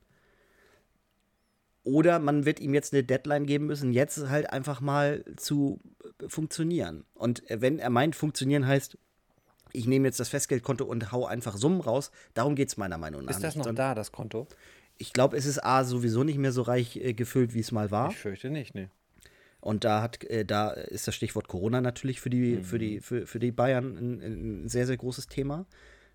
Oder man wird ihm jetzt eine Deadline geben müssen, jetzt halt einfach mal zu äh, funktionieren. Und äh, wenn er meint, funktionieren heißt, ich nehme jetzt das Festgeldkonto und hau einfach Summen raus, darum geht es meiner Meinung nach Ist das nicht. noch Sondern da, das Konto? ich glaube, es ist A sowieso nicht mehr so reich äh, gefüllt, wie es mal war. Ich fürchte nicht, ne. Und da hat, äh, da ist das Stichwort Corona natürlich für die, Mhm. für die, für, für die Bayern ein, ein sehr, sehr großes Thema.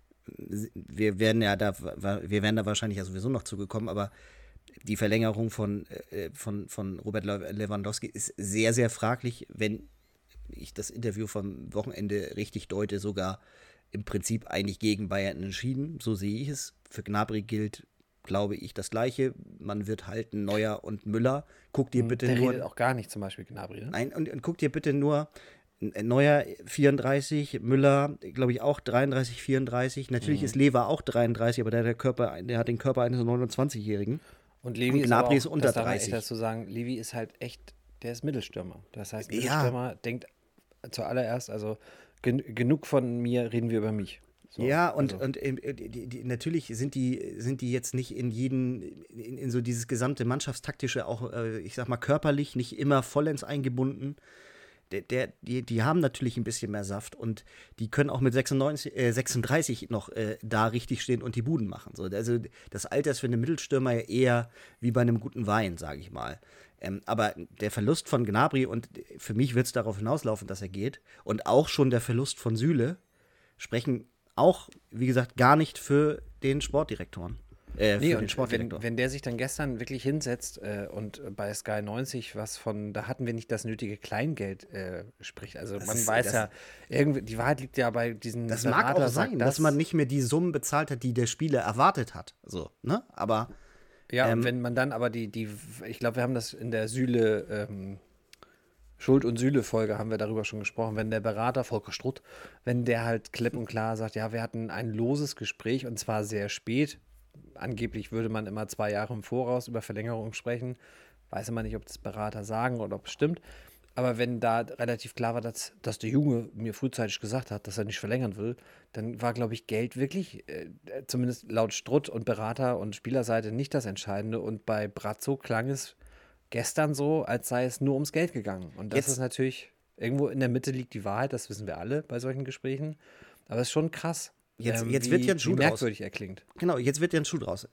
Wir werden ja da, wir werden da wahrscheinlich ja sowieso noch zugekommen, aber die Verlängerung von, äh, von, von Robert Lewandowski ist sehr, sehr fraglich, wenn ich das Interview vom Wochenende richtig deute, sogar im Prinzip eigentlich gegen Bayern entschieden. So sehe ich es. Für Gnabry gilt, glaube ich, das Gleiche. Man wird halten, Neuer und Müller. Guck dir bitte Der nur. redet auch gar nicht, zum Beispiel Gnabry, ne? Nein, und, und guck dir bitte nur äh, Neuer vierunddreißig, Müller, glaube ich, auch dreiunddreißig, vierunddreißig. Natürlich Mhm. ist Lever auch dreiunddreißig, aber der hat, der Körper, der hat den Körper eines neunundzwanzigjährigen. Und Levi Und ist aber Gnabry auch, ist unter das darf man echt dreißig. dazu sagen, Levi ist halt echt, der ist Mittelstürmer. Das heißt, Ja. Mittelstürmer denkt zuallererst, also gen genug von mir, reden wir über mich. So, Ja, und, also, und ähm, die, die, die, natürlich sind die, sind die jetzt nicht in jeden, in, in so dieses gesamte Mannschaftstaktische, auch, äh, ich sag mal, körperlich nicht immer vollends eingebunden. Der, der, die, die haben natürlich ein bisschen mehr Saft und die können auch mit sechsundneunzig, äh, sechsunddreißig noch äh, da richtig stehen und die Buden machen. So, also das Alter ist für einen Mittelstürmer ja eher wie bei einem guten Wein, sage ich mal. Ähm, aber der Verlust von Gnabry, und für mich wird es darauf hinauslaufen, dass er geht, und auch schon der Verlust von Süle, sprechen auch, wie gesagt, gar nicht für den Sportdirektoren. Äh, nee, für den und Sportdirektor. wenn, wenn der sich dann gestern wirklich hinsetzt äh, und bei Sky neunzig was von, da hatten wir nicht das nötige Kleingeld äh, spricht. Also Das man ist- weiß das- ja, irgendwie, die Wahrheit liegt ja bei diesen Das mag Berater auch sagt sein, dass man nicht mehr die Summen bezahlt hat, die der Spieler erwartet hat. So, ne? Aber Ja, Ähm, und wenn man dann aber die, die, ich glaube, wir haben das in der Süle, ähm, Schuld- und Süle-Folge haben wir darüber schon gesprochen, wenn der Berater, Volker Strutt, wenn der halt klipp und klar sagt, ja, wir hatten ein loses Gespräch und zwar sehr spät. Angeblich würde man immer zwei Jahre im Voraus über Verlängerung sprechen. Weiß immer nicht, ob das Berater sagen oder ob es stimmt. Aber wenn da relativ klar war, dass, dass der Junge mir frühzeitig gesagt hat, dass er nicht verlängern will, dann war, glaube ich, Geld wirklich, äh, zumindest laut Strutt und Berater und Spielerseite, nicht das Entscheidende. Und bei Brazzo klang es gestern so, als sei es nur ums Geld gegangen. Und das Jetzt- ist natürlich, irgendwo in der Mitte liegt die Wahrheit, das wissen wir alle bei solchen Gesprächen. Aber es ist schon krass, Jetzt- ähm, jetzt wie, wird ja ein Schuh wie draus. merkwürdig er klingt. Genau, jetzt wird ja ein Schuh draus.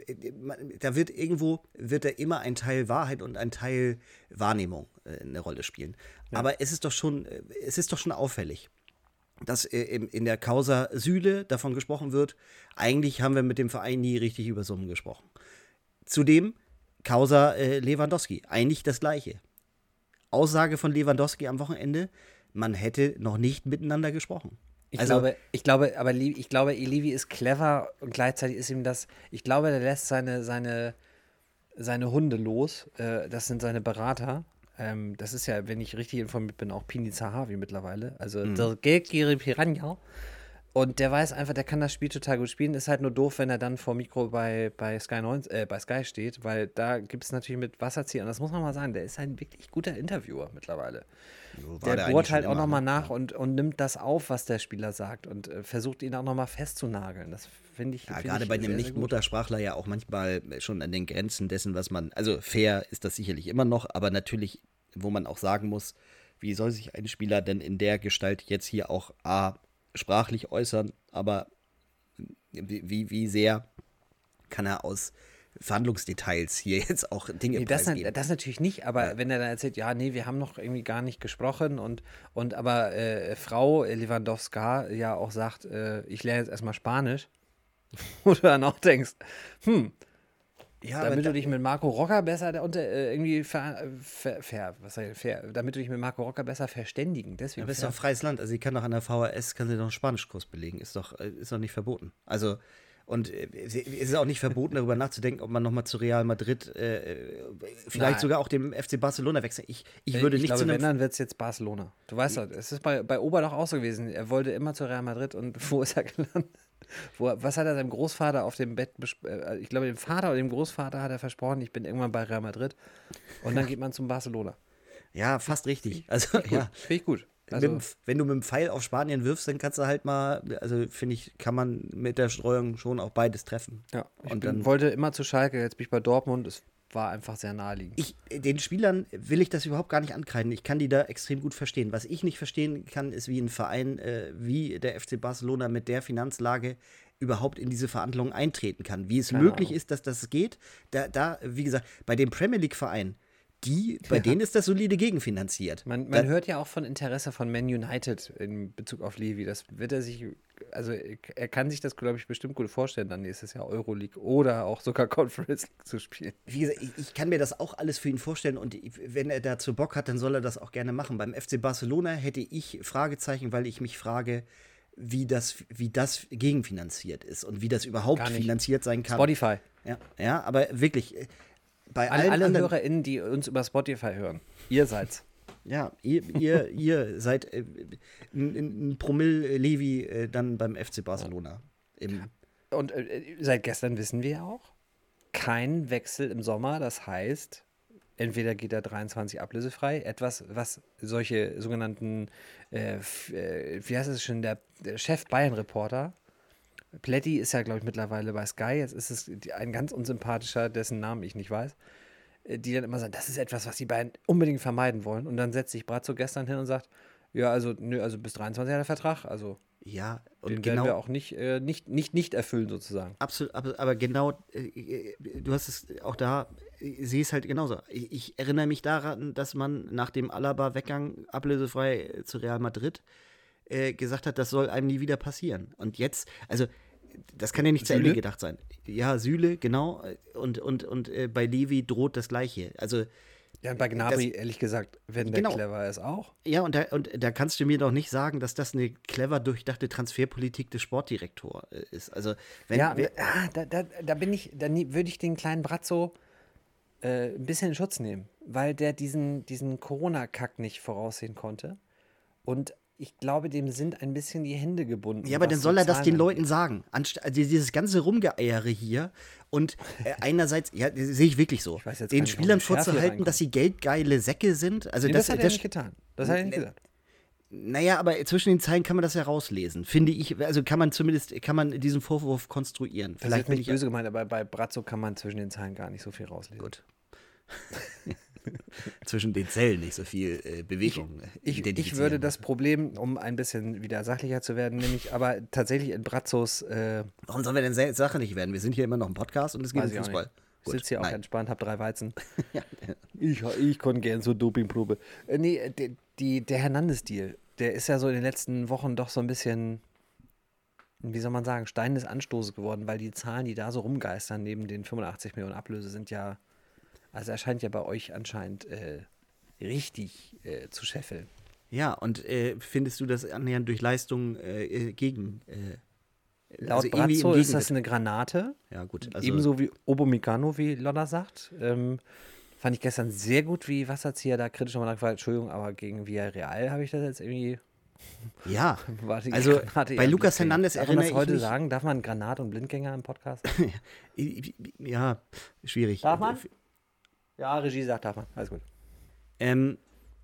Da wird irgendwo, wird da immer ein Teil Wahrheit und ein Teil Wahrnehmung äh, eine Rolle spielen. Aber es ist doch schon, äh, es ist doch schon auffällig, dass äh, in, in der Causa Süle davon gesprochen wird, eigentlich haben wir mit dem Verein nie richtig über Summen gesprochen. Zudem Causa äh, Lewandowski, eigentlich das Gleiche. Aussage von Lewandowski am Wochenende, man hätte noch nicht miteinander gesprochen. Ich Also- glaube, ich glaube, aber Levi, ich glaube, Levi ist clever und gleichzeitig ist ihm das, ich glaube, der lässt seine, seine seine Hunde los. Äh, das sind seine Berater. Ähm, das ist ja, wenn ich richtig informiert bin, auch Pini Zahavi mittlerweile. Also Mhm. der Geldgiere Piranha. Und der weiß einfach, der kann das Spiel total gut spielen. Ist halt nur doof, wenn er dann vor Mikro bei, bei, Sky neun, äh, bei Sky steht, weil da gibt es natürlich mit Wasserziehen. Und das muss man mal sagen, der ist ein wirklich guter Interviewer mittlerweile. So war Der der bohrt eigentlich halt schon auch immer, nochmal ne? nach Ja. und, und nimmt das auf, was der Spieler sagt und äh, versucht ihn auch nochmal festzunageln. Das finde ich, Ja, find gerade ich bei sehr, einem sehr gut. Nicht-Muttersprachler ja auch manchmal schon an den Grenzen dessen, was man, also fair ist das sicherlich immer noch, aber natürlich, wo man auch sagen muss, wie soll sich ein Spieler denn in der Gestalt jetzt hier auch A, sprachlich äußern, aber wie, wie, wie sehr kann er aus Verhandlungsdetails hier jetzt auch Dinge Nee, das, preisgeben? das natürlich nicht, aber Ja. wenn er dann erzählt, ja, nee, wir haben noch irgendwie gar nicht gesprochen und, und aber äh, Frau Lewandowska ja auch sagt, äh, ich lerne jetzt erstmal Spanisch, wo du dann auch denkst, hm, Ja, damit da, du dich mit Marco Rocker besser da unter, äh, irgendwie ver, ver, ver, was sag ich, ver, damit du dich mit Marco Rocker besser verständigen. Deswegen aber ist doch ein freies Land. Also sie kann doch an der V H S, kann sie doch einen Spanischkurs belegen. Ist doch, äh, ist doch nicht verboten. Also, und äh, es ist auch nicht verboten, darüber nachzudenken, ob man nochmal zu Real Madrid, äh, vielleicht Nein. sogar auch dem F C Barcelona wechseln. Ich, ich Äh, würde ich nicht zu glaube, einem. wenn, dann wird es jetzt Barcelona. Du weißt doch, es ist bei, bei Oberloch auch so gewesen. Er wollte immer zu Real Madrid und wo ist er gelandet? Wo, was hat er seinem Großvater auf dem Bett, besp- äh, ich glaube, dem Vater oder dem Großvater hat er versprochen, ich bin irgendwann bei Real Madrid. Und dann geht man zum Barcelona. Ja, fast richtig. Also, Finde ich gut. ja. Finde ich gut. Mit Also, dem, wenn du mit dem Pfeil auf Spanien wirfst, dann kannst du halt mal, also finde ich, kann man mit der Streuung schon auch beides treffen. ja, ich Und bin, dann wollte immer zu Schalke, jetzt bin ich bei Dortmund. Es war einfach sehr naheliegend. Ich, den Spielern will ich das überhaupt gar nicht ankreiden. Ich kann die da extrem gut verstehen. Was ich nicht verstehen kann, ist, wie ein Verein äh, wie der F C Barcelona mit der Finanzlage überhaupt in diese Verhandlungen eintreten kann. Wie es Keine möglich Ahnung. ist, dass das geht. Da, da, wie gesagt, bei dem Premier League-Verein, die, bei Ja. denen ist das solide gegenfinanziert. Man, Da, man hört ja auch von Interesse von Man United in Bezug auf Levi. Das wird er sich, also er kann sich das, glaube ich, bestimmt gut vorstellen, dann nächstes Jahr Euroleague oder auch sogar Conference League zu spielen. wie gesagt, ich, ich kann mir das auch alles für ihn vorstellen und wenn er dazu Bock hat, dann soll er das auch gerne machen. Beim F C Barcelona hätte ich Fragezeichen, weil ich mich frage, wie das, wie das gegenfinanziert ist und wie das überhaupt Gar nicht. finanziert sein kann. Spotify. Ja, ja, aber wirklich, äh, bei Alle, allen alle anderen, HörerInnen, die uns über Spotify hören, ihr seid's. ja, ihr, ihr, ihr seid äh, ein, ein Promille Levi äh, dann beim F C Barcelona. Im, Und äh, seit gestern wissen wir auch, kein Wechsel im Sommer. Das heißt, entweder geht er dreiundzwanzig ablösefrei, etwas, was solche sogenannten, äh, f- äh, wie heißt es schon, der, der Chef Bayern-Reporter, Pletti ist ja, glaube ich, mittlerweile bei Sky, jetzt ist es die- ein ganz unsympathischer, dessen Namen ich nicht weiß, äh, die dann immer sagen, das ist etwas, was die Bayern unbedingt vermeiden wollen. Und dann setzt sich Brazzo gestern hin und sagt, ja, also, nö, also bis dreiundzwanzig hat er Vertrag, also ja, und den genau. werden wir auch nicht, äh, nicht, nicht, nicht erfüllen sozusagen. Absolut, aber, aber genau, äh, äh, du hast es auch da, ich sehe es halt genauso. Ich, ich erinnere mich daran, dass man nach dem Alaba-Weggang ablösefrei äh, zu Real Madrid äh, gesagt hat, das soll einem nie wieder passieren. Und jetzt, also das kann ja nicht zu Ende Süle? gedacht sein. Ja, Süle, genau. Und, und, und äh, bei Levi droht das Gleiche. Also, Ja, und bei Gnabry, ehrlich gesagt, wenn der Genau. clever ist, auch. ja, und da, und da kannst du mir doch nicht sagen, dass das eine clever durchdachte Transferpolitik des Sportdirektors äh, ist. Also, wenn, Ja, wenn, ah, da, da, da bin ich, da nie- würde ich den kleinen Brazzo äh, ein bisschen in Schutz nehmen, weil der diesen, diesen Corona-Kack nicht voraussehen konnte. Und ich glaube, dem sind ein bisschen die Hände gebunden. Ja, aber was dann so soll er das Zahlen den angeht. Leuten sagen. Anst also dieses ganze Rumgeeiere hier und äh, einerseits, ja, das sehe ich wirklich so, Ich weiß jetzt gar den nicht, warum Spielern die Schärfe hier vorzuhalten, reinkommt. dass sie geldgeile Säcke sind. Also Nee, das, das hat er das, nicht getan. Das hat er nicht Nee. gesagt. naja, aber zwischen den Zeilen kann man das ja rauslesen, finde ich. Also kann man zumindest, kann man diesen Vorwurf konstruieren. Das ist Vielleicht jetzt bin nicht ich böse gemeint, aber bei Brazzo kann man zwischen den Zeilen gar nicht so viel rauslesen. gut. Zwischen den Zellen nicht so viel äh, Bewegung. äh, Ich, ich identifizieren. würde das Problem, um ein bisschen wieder sachlicher zu werden, nämlich aber tatsächlich in Brazzos äh, Warum sollen wir denn Sa- Sache nicht werden? Wir sind hier immer noch im Podcast und es geht Weiß um ich auch Fußball. nicht. Ich sitze hier auch nein. entspannt, hab drei Weizen. Ja. Ich, ich konnte gern so Dopingprobe. Äh, nee, die, die, der Hernandez-Deal, der ist ja so in den letzten Wochen doch so ein bisschen, wie soll man sagen, Stein des Anstoßes geworden, weil die Zahlen, die da so rumgeistern, neben den fünfundachtzig Millionen Ablöse, sind ja, also er scheint ja bei euch anscheinend äh, richtig äh, zu scheffeln. Ja, und äh, findest du das annähernd durch Leistung äh, äh, gegen äh, Laut also irgendwie im Brazzo ist das Gegenwert- eine Granate. Ja, gut. Also, Ebenso wie Obomikano, wie Lodder sagt. Ähm, fand ich gestern sehr gut, wie Wasserzieher da kritisch nochmal nachgefragt. Entschuldigung, aber gegen Villarreal habe ich das jetzt irgendwie. ja, War die also Granate bei eher Lucas Blindgänger. Hernandez Darf man das erinnere ich heute mich. sagen? Darf man Granat und Blindgänger im Podcast? Ja, schwierig. Darf man? Ja, Regie sagt, darf man. Alles gut. Ähm,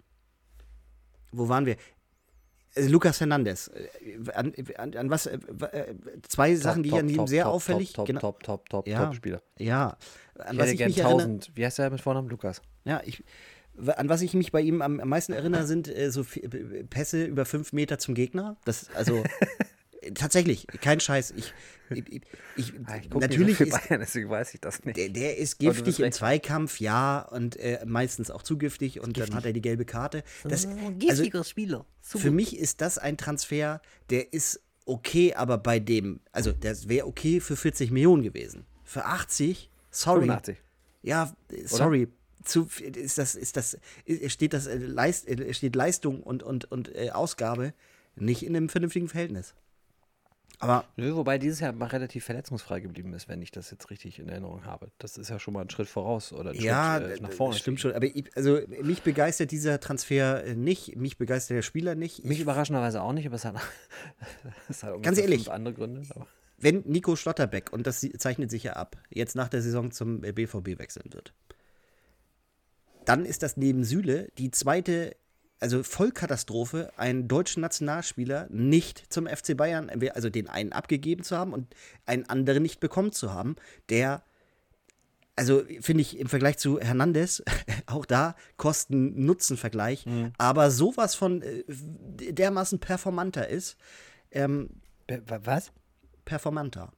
wo waren wir? Also Lucas Hernandez. Äh, An, an, an was? Äh, äh, zwei Sachen, die ich an ihm sehr top, auffällig. Top, genau, top, top, top, ja, top Spieler. ja. An Ich was hätte ich gern mich erinnere. tausend. Wie heißt der mit Vornamen? Lukas. Ja, ich. An was ich mich bei ihm am am meisten erinnere, sind äh, so viel- äh, Pässe über fünf Meter zum Gegner. Das, also, äh, tatsächlich, kein Scheiß. Ich, ich, ich, ich Ah, ich guck natürlich nicht so viel ist, Bayern, deswegen weiß ich das nicht. der, der ist Aber du bist giftig im recht. Zweikampf, ja, und äh, meistens auch zu giftig und dann hat er die gelbe Karte. Das, Giftiger Spieler. für mich ist das ein Transfer, der ist okay, aber bei dem, also das wäre okay für vierzig Millionen gewesen. Für achtzig, sorry. fünfundachtzig. Ja, sorry. Zu, ist das, ist das, steht das, äh, Leist, äh, steht Leistung und, und, und äh, Ausgabe nicht in einem vernünftigen Verhältnis. Aber Nö, wobei dieses Jahr mal relativ verletzungsfrei geblieben ist, wenn ich das jetzt richtig in Erinnerung habe. Das ist ja schon mal ein Schritt voraus oder ein ja, Schritt äh, nach das vorne. stimmt schon. Aber ich, also mich begeistert dieser Transfer äh, nicht, mich begeistert der Spieler nicht. Mich Ich, überraschenderweise auch nicht, aber es hat, es hat Ganz ungefähr ehrlich. fünf andere Gründe. Aber. wenn Nico Schlotterbeck, und das zeichnet sich ja ab, jetzt nach der Saison zum B V B wechseln wird, dann ist das neben Süle die zweite, also Vollkatastrophe, einen deutschen Nationalspieler nicht zum F C Bayern, also den einen abgegeben zu haben und einen anderen nicht bekommen zu haben, der, also finde ich im Vergleich zu Hernandez, auch da Kosten-Nutzen-Vergleich, Mhm. aber sowas von äh, dermaßen performanter ist, ähm, Be- wa- Was? performanter.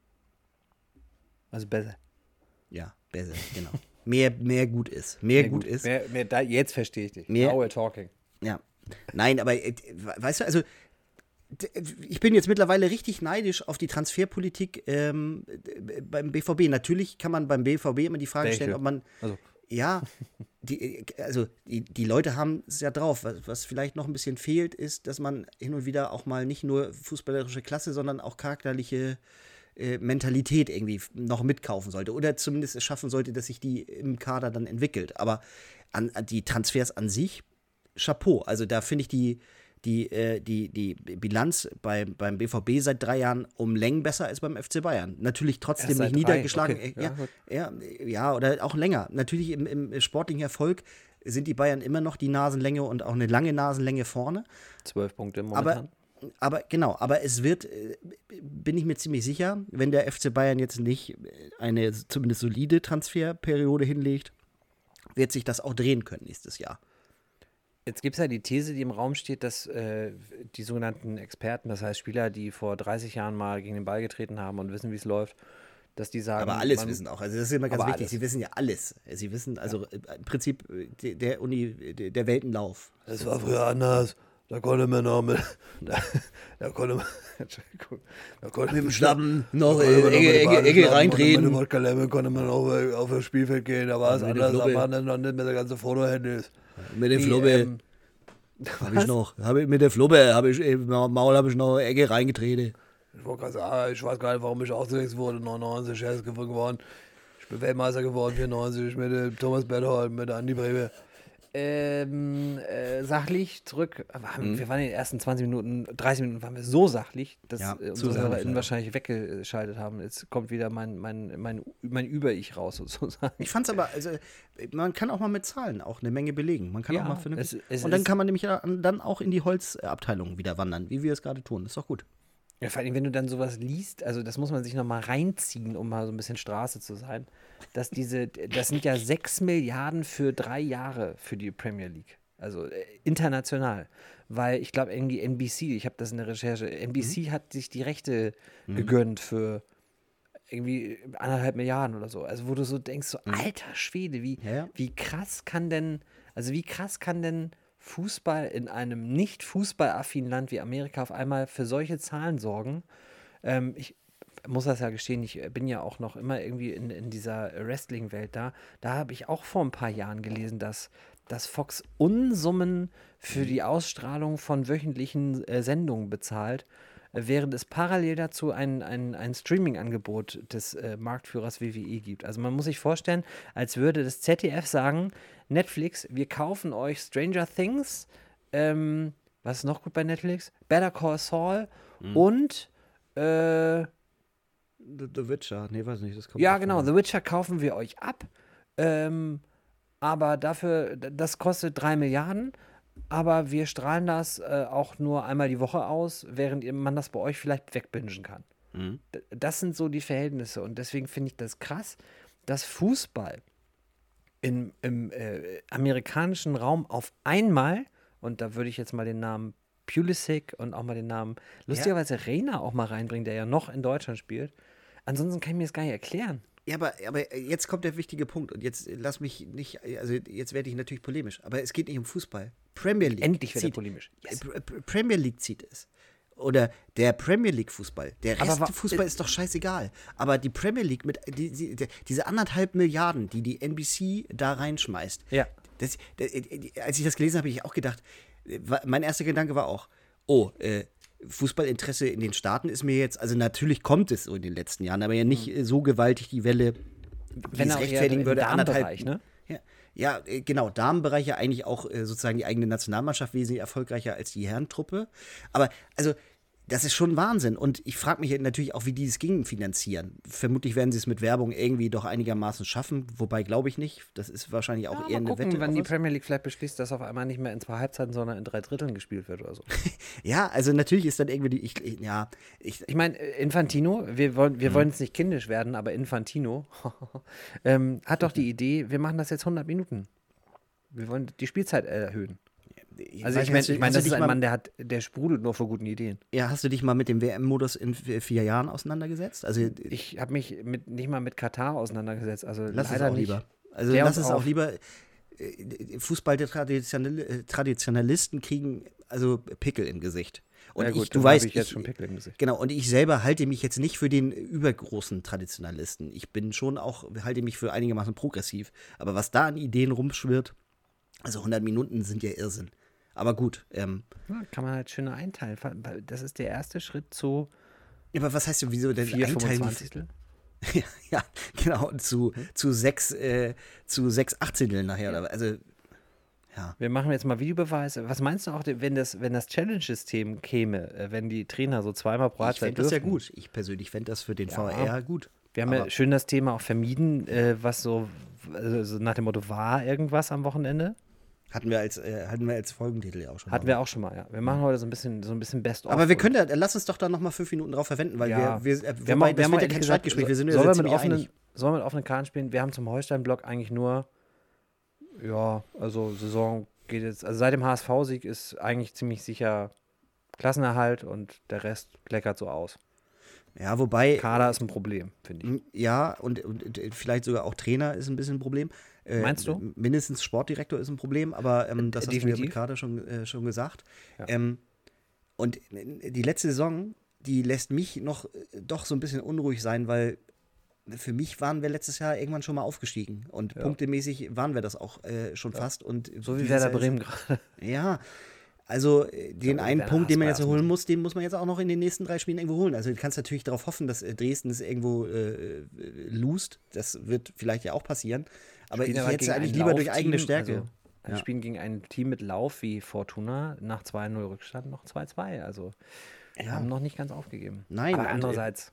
Also besser. Ja, besser, genau. mehr, mehr gut ist. Mehr, Mehr gut, ist. Mehr, mehr, da, jetzt verstehe ich dich. Mehr- Now we're talking. Ja. Nein, aber äh, weißt du, also d- ich bin jetzt mittlerweile richtig neidisch auf die Transferpolitik ähm, d- beim B V B. Natürlich kann man beim B V B immer die Frage Welche? stellen, ob man. Also, Ja, die, also die, die Leute haben es ja drauf. Was, was vielleicht noch ein bisschen fehlt, ist, dass man hin und wieder auch mal nicht nur fußballerische Klasse, sondern auch charakterliche äh, Mentalität irgendwie f- noch mitkaufen sollte. Oder zumindest es schaffen sollte, dass sich die im Kader dann entwickelt. Aber an, an die Transfers an sich, Chapeau. Also da finde ich die, die, äh, die, die Bilanz bei, beim B V B seit drei Jahren um Längen besser als beim F C Bayern. Natürlich trotzdem Erst seit nicht drei, niedergeschlagen. okay. Äh, Ja, Ja, gut. ja, ja, oder auch länger. Natürlich im, im sportlichen Erfolg sind die Bayern immer noch die Nasenlänge und auch eine lange Nasenlänge vorne. zwölf Punkte momentan. Aber, aber genau, aber es wird, äh, bin ich mir ziemlich sicher, wenn der F C Bayern jetzt nicht eine zumindest solide Transferperiode hinlegt, wird sich das auch drehen können nächstes Jahr. Jetzt gibt es ja die These, die im Raum steht, dass äh, die sogenannten Experten, das heißt Spieler, die vor dreißig Jahren mal gegen den Ball getreten haben und wissen, wie es läuft, dass die sagen. Aber alles man, wissen auch. Also das ist immer ganz aber wichtig. alles. Sie wissen ja alles. Sie wissen also äh, im Prinzip äh, der, der Uni, der, der Weltenlauf. Es war früher anders. Da konnte man noch mit. Da, da konnte man. Entschuldigung. Da konnte Mit dem Schlappen noch da äh, konnte man noch Ecke, mit Ecke, dem Ball Ecke schlagen, reintreten. Mit dem Wodka-Lemon konnte man auf, auf das Spielfeld gehen. Da war es mit der anders. Da Fluppe. waren dann noch nicht mehr der ganze Fotohandys. Mit der Wie, Flubbe ähm, habe ich noch. Hab ich, mit der Flubbe habe ich im Maul habe ich noch Ecke reingetreten. Ich wollte gerade sagen, ich weiß gar nicht, warum ich ausgewechselt wurde. neunundneunzig, er ist geworden. Ich bin Weltmeister geworden, vierundneunzig, mit dem Thomas Berthold, mit Andi Brebe. Ähm, äh, sachlich zurück. Aber haben, Mhm. Wir waren in den ersten zwanzig Minuten, dreißig Minuten waren wir so sachlich, dass Ja, äh, zu unsere sachlich, HörerInnen ja. wahrscheinlich weggeschaltet haben. Jetzt kommt wieder mein, mein, mein, mein Über-Ich raus, sozusagen. Ich fand's aber, also man kann auch mal mit Zahlen auch eine Menge belegen. Man kann Ja, auch mal vernünftig. es- es und dann ist- kann man nämlich dann auch in die Holzabteilung wieder wandern, wie wir es gerade tun. Das ist doch gut. Ja, vor allem, wenn du dann sowas liest, also das muss man sich nochmal reinziehen, um mal so ein bisschen Straße zu sein, dass diese, das sind ja sechs Milliarden für drei Jahre für die Premier League. Also äh, international. Weil ich glaube, irgendwie N B C, ich habe das in der Recherche, N B C hat sich die Rechte gegönnt für irgendwie anderthalb Milliarden oder so. Also wo du so denkst, so alter Schwede, wie, Ja, ja. wie krass kann denn, also wie krass kann denn Fußball in einem nicht fußballaffinen Land wie Amerika auf einmal für solche Zahlen sorgen? Ähm, ich muss das ja gestehen, ich bin ja auch noch immer irgendwie in, in dieser Wrestling-Welt da. Da habe ich auch vor ein paar Jahren gelesen, dass, dass Fox Unsummen für die Ausstrahlung von wöchentlichen äh, Sendungen bezahlt. während es parallel dazu ein, ein, ein Streaming-Angebot des äh, Marktführers W W E gibt. Also man muss sich vorstellen, als würde das Z D F sagen, Netflix, wir kaufen euch Stranger Things, ähm, was ist noch gut bei Netflix? Better Call Saul Mhm. und äh, The, The Witcher, nee, weiß nicht, das kommt ja, auch genau, von- The Witcher kaufen wir euch ab. Ähm, aber dafür, d- das kostet drei Milliarden. Aber wir strahlen das äh, auch nur einmal die Woche aus, während ihr- man das bei euch vielleicht wegbingen kann. Mhm. D- Das sind so die Verhältnisse. Und deswegen finde ich das krass, dass Fußball in, im äh, amerikanischen Raum auf einmal, und da würde ich jetzt mal den Namen Pulisic und auch mal den Namen, lustigerweise Reina auch mal reinbringen, der ja noch in Deutschland spielt. Ansonsten kann ich mir das gar nicht erklären. Ja, aber, aber jetzt kommt der wichtige Punkt und jetzt lass mich nicht, also jetzt werde ich natürlich polemisch, aber es geht nicht um Fußball. Premier League Endlich wird er zieht, polemisch. Yes. Pr- Pr- Premier League zieht es. Oder der Premier League Fußball. Der Aber Rest wa- Fußball ist doch scheißegal. Aber die Premier League mit die, die, die, diese anderthalb Milliarden, die die N B C da reinschmeißt. Ja. Das, das, als ich das gelesen habe, habe ich auch gedacht, war, mein erster Gedanke war auch, oh, äh, Fußballinteresse in den Staaten ist mir jetzt, also natürlich kommt es so in den letzten Jahren, aber ja nicht äh, so gewaltig die Welle, die Wenn es auch eher rechtfertigen im würde, Damenbereich, anderthalb. ne? Ja, ja, äh, genau, Damenbereich ja eigentlich auch äh, sozusagen die eigene Nationalmannschaft wesentlich erfolgreicher als die Herrentruppe. Aber also, das ist schon Wahnsinn. Und ich frage mich natürlich auch, wie die es gegen finanzieren. Vermutlich werden sie es mit Werbung irgendwie doch einigermaßen schaffen, wobei glaube ich nicht. Das ist wahrscheinlich auch Ja, eher mal eine gucken, Wette. wann auf die was. Premier League vielleicht beschließt, dass auf einmal nicht mehr in zwei Halbzeiten, sondern in drei Dritteln gespielt wird oder so. Ja, also natürlich ist dann irgendwie die, ich, ich- ja, ich, Ich meine, Infantino, wir wollen, wir wollen jetzt nicht kindisch werden, aber Infantino ähm, hat doch die Idee, wir machen das jetzt hundert Minuten. Wir wollen die Spielzeit erhöhen. Also weiß ich nicht, meine, hast du- ich mein, hast du das dich ist ein mal- Mann, der hat, der sprudelt nur vor guten Ideen. Ja, hast du dich mal mit dem W M-Modus in v- vier Jahren auseinandergesetzt? Also Ich habe mich mit, nicht mal mit Katar auseinandergesetzt. Also lass es leider auch nicht. lieber. Also Klär lass uns es auch auf. lieber. äh, Fußball der Traditionell äh, Traditionalisten kriegen also Pickel im Gesicht. Und Ja gut, ich, du dann hab weißt, ich jetzt ich- schon Pickel im Gesicht. Genau, und ich selber halte mich jetzt nicht für den übergroßen Traditionalisten. Ich bin schon auch, halte mich für einigermaßen progressiv. Aber was da an Ideen rumschwirrt, also hundert Minuten sind ja Irrsinn. Aber gut, ähm, Ja, kann man halt schöner einteilen. Das ist der erste Schritt zu aber was heißt denn, wieso denn vier einteilen? Fünfundzwanzigstel. Ja, ja, genau, und zu, zu sechs, äh, zu sechs Achtzehnteln nachher. Oder, also, ja. Wir machen jetzt mal Videobeweise. Was meinst du auch, wenn das, wenn das Challenge-System käme, äh, wenn die Trainer so zweimal pro Ich Halbzeit fände das ja dürften? gut. Ich persönlich fände das für den Ja. V R gut. Wir haben ja Aber- schön das Thema auch vermieden, äh, was so, also so nach dem Motto war irgendwas am Wochenende. Hatten wir als, äh, hatten wir als Folgentitel ja auch schon. Hatten wir auch schon mal, ja. Wir machen heute so ein bisschen, so ein bisschen Best-of. Aber wir und- können da, lass uns doch da nochmal fünf Minuten drauf verwenden, weil Ja. wir, wir, äh, Wir haben, wobei, auch- wir das haben wird auch ja ehrlich kein gesagt, Streitgespräch, wir sind ja sollen, sehr wir mit ziemlich offenen, einig. sollen wir mit offenen Karten spielen? Wir haben zum Holstein-Block eigentlich nur, ja, also Saison geht jetzt, also seit dem H S V-Sieg ist eigentlich ziemlich sicher Klassenerhalt und der Rest kleckert so aus. Ja, wobei, Kader ist ein Problem, finde ich. m, ja, und, und, und vielleicht sogar auch Trainer ist ein bisschen ein Problem. Äh, Meinst du? Mindestens Sportdirektor ist ein Problem, aber ähm, das hast du ja definitiv. mit gerade schon, äh, schon gesagt. Ja. Ähm, und die letzte Saison, die lässt mich noch äh, doch so ein bisschen unruhig sein, weil für mich waren wir letztes Jahr irgendwann schon mal aufgestiegen. Und Ja. punktemäßig waren wir das auch äh, schon fast. Und So wie dieses Werder Jahr ist- Bremen gerade. Ja, also äh, den Ja, einen Werner Punkt, den man jetzt Asper, holen also- muss, den muss man jetzt auch noch in den nächsten drei Spielen irgendwo holen. Also du kannst natürlich darauf hoffen, dass äh, Dresden es irgendwo äh, äh, lost. Das wird vielleicht ja auch passieren. Aber ich Spielen aber hätte es gegen eigentlich ein lieber durch Laufteam, eigene Stärke. Also, wir Ja. spielen gegen ein Team mit Lauf wie Fortuna nach zwei null Rückstand noch zwei zwei. Also wir Ja. haben noch nicht ganz aufgegeben. Nein, aber und, äh, andererseits,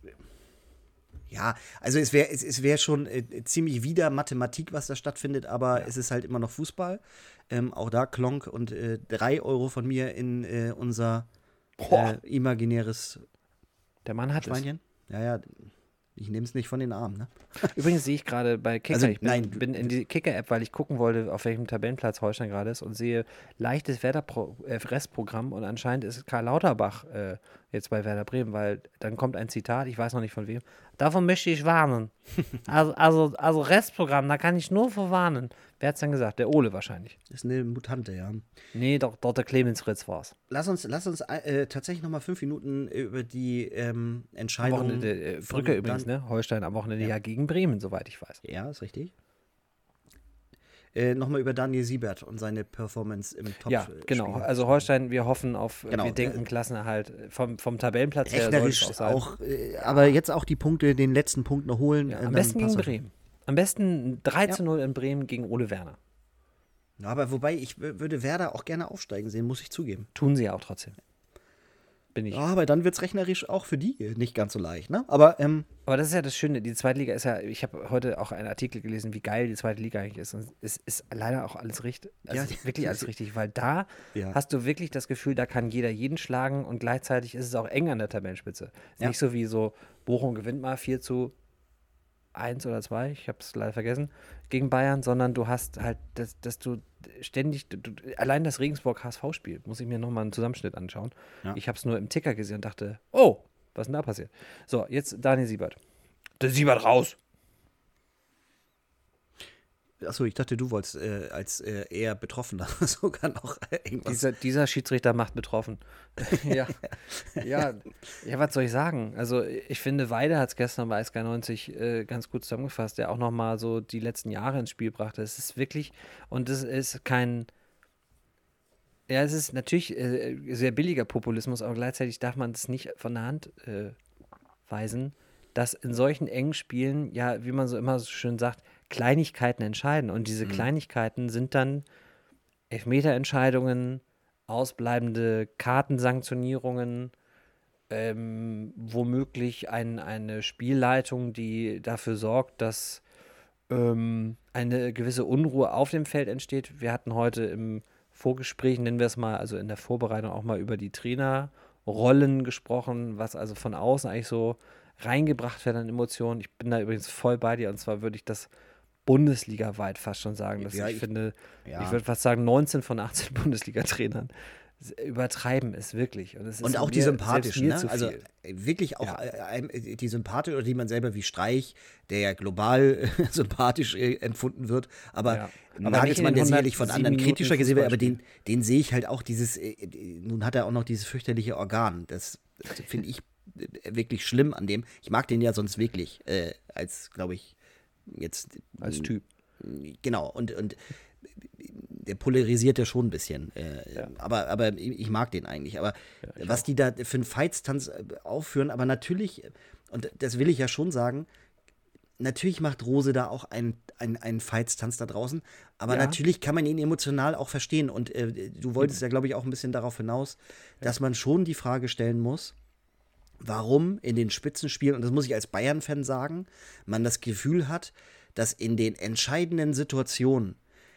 Ja, also es wäre es, es wär schon äh, ziemlich wieder Mathematik, was da stattfindet, aber Ja. es ist halt immer noch Fußball. Ähm, auch da Klonk und äh, drei Euro von mir in äh, unser äh, Boah. imaginäres der Mann hat es. Schweinchen. Ja, ja, ich nehme es nicht von den Armen, ne? Übrigens sehe ich gerade bei Kicker, Also, ich bin, nein, bin in die Kicker-App, weil ich gucken wollte, auf welchem Tabellenplatz Holstein gerade ist und sehe leichtes Werder-Restprogramm und anscheinend ist Karl Lauterbach äh, jetzt bei Werder Bremen, weil dann kommt ein Zitat, ich weiß noch nicht von wem, davon möchte ich warnen. Also, also, also Restprogramm, da kann ich nur vorwarnen. Wer hat es dann gesagt? Der Ole wahrscheinlich. Das ist eine Mutante, ja. Nee, doch, doch der Clemens Fritz war es. Lass uns, lass uns äh, tatsächlich noch mal fünf Minuten über die ähm, Am Entscheidung. Wochenende, äh, von Brücke übrigens, Dan- ne? Holstein am Wochenende ja. Ja. gegen Bremen, soweit ich weiß. Ja, ist richtig. äh, nochmal über Daniel Siebert und seine Performance im Top. Ja, genau. Also Holstein, wir hoffen auf, genau. wir denken Klassenerhalt vom, vom Tabellenplatz her. Rechnerisch auch, sein. auch äh, ja. Aber jetzt auch die Punkte, den letzten Punkt noch holen. Ja, am besten gegen Bremen. Am besten drei zu null ja. in Bremen gegen Ole Werner. Ja, aber wobei, ich w- würde Werder auch gerne aufsteigen sehen, muss ich zugeben. Tun sie ja auch trotzdem. Bin ich. Ja, aber dann wird es rechnerisch auch für die nicht ganz so leicht, ne? Aber, ähm, aber das ist ja das Schöne, die zweite Liga ist ja, ich habe heute auch einen Artikel gelesen, wie geil die zweite Liga eigentlich ist. Und es ist leider auch alles richtig, also ja, wirklich alles richtig, weil da ja. hast du wirklich das Gefühl, da kann jeder jeden schlagen und gleichzeitig ist es auch eng an der Tabellenspitze. Ja. Nicht so wie so, Bochum gewinnt mal vier zu eins oder zwei, ich habe es leider vergessen, gegen Bayern, sondern du hast halt, dass, dass du ständig, du, allein das Regensburg-H S V-Spiel, muss ich mir nochmal einen Zusammenschnitt anschauen. Ja. Ich habe es nur im Ticker gesehen und dachte, oh, was ist denn da passiert? So, jetzt Daniel Siebert. Der Siebert raus! Achso, ich dachte, du wolltest äh, als äh, eher Betroffener sogar noch irgendwas. Dieser, dieser Schiedsrichter macht betroffen. ja. ja. Ja, was soll ich sagen? Also, ich finde, Weide hat es gestern bei S K neunzig äh, ganz gut zusammengefasst, der auch nochmal so die letzten Jahre ins Spiel brachte. Es ist wirklich, und es ist kein, ja, es ist natürlich äh, sehr billiger Populismus, aber gleichzeitig darf man es nicht von der Hand äh, weisen, dass in solchen engen Spielen, ja, wie man so immer so schön sagt, Kleinigkeiten entscheiden. Und diese mhm. Kleinigkeiten sind dann Elfmeterentscheidungen, ausbleibende Kartensanktionierungen, ähm, womöglich ein, eine Spielleitung, die dafür sorgt, dass ähm, eine gewisse Unruhe auf dem Feld entsteht. Wir hatten heute im Vorgespräch, nennen wir es mal, also in der Vorbereitung auch mal über die Trainerrollen gesprochen, was also von außen eigentlich so reingebracht wird an Emotionen. Ich bin da übrigens voll bei dir, und zwar würde ich das bundesligaweit fast schon sagen. Dass ja, ich, ich finde, ja. ich würde fast sagen, neunzehn von achtzehn Bundesliga-Trainern übertreiben es wirklich. Und, es ist und auch mir, die sympathischen, ne? Also wirklich auch ja. äh, die Sympathischen, oder die man selber wie Streich, der ja global äh, sympathisch äh, empfunden wird, aber ja. Nagelsmann, der sicherlich von anderen Minuten kritischer gesehen wird, aber den, den sehe ich halt auch dieses, äh, nun hat er auch noch dieses fürchterliche Organ. Das, das finde ich wirklich schlimm an dem. Ich mag den ja sonst wirklich, äh, als, glaube ich, jetzt. Als Typ. Genau, und, und der polarisiert ja schon ein bisschen. Äh, ja. aber, aber ich mag den eigentlich. Aber ja, was auch. Die da für einen Feitstanz aufführen, aber natürlich, und das will ich ja schon sagen, natürlich macht Rose da auch einen, einen, einen Feitstanz da draußen, aber ja. natürlich kann man ihn emotional auch verstehen. Und äh, du wolltest mhm. ja, glaube ich, auch ein bisschen darauf hinaus, ja. dass man schon die Frage stellen muss, warum in den Spitzenspielen, und das muss ich als Bayern-Fan sagen, man das Gefühl hat, dass in den entscheidenden Situationen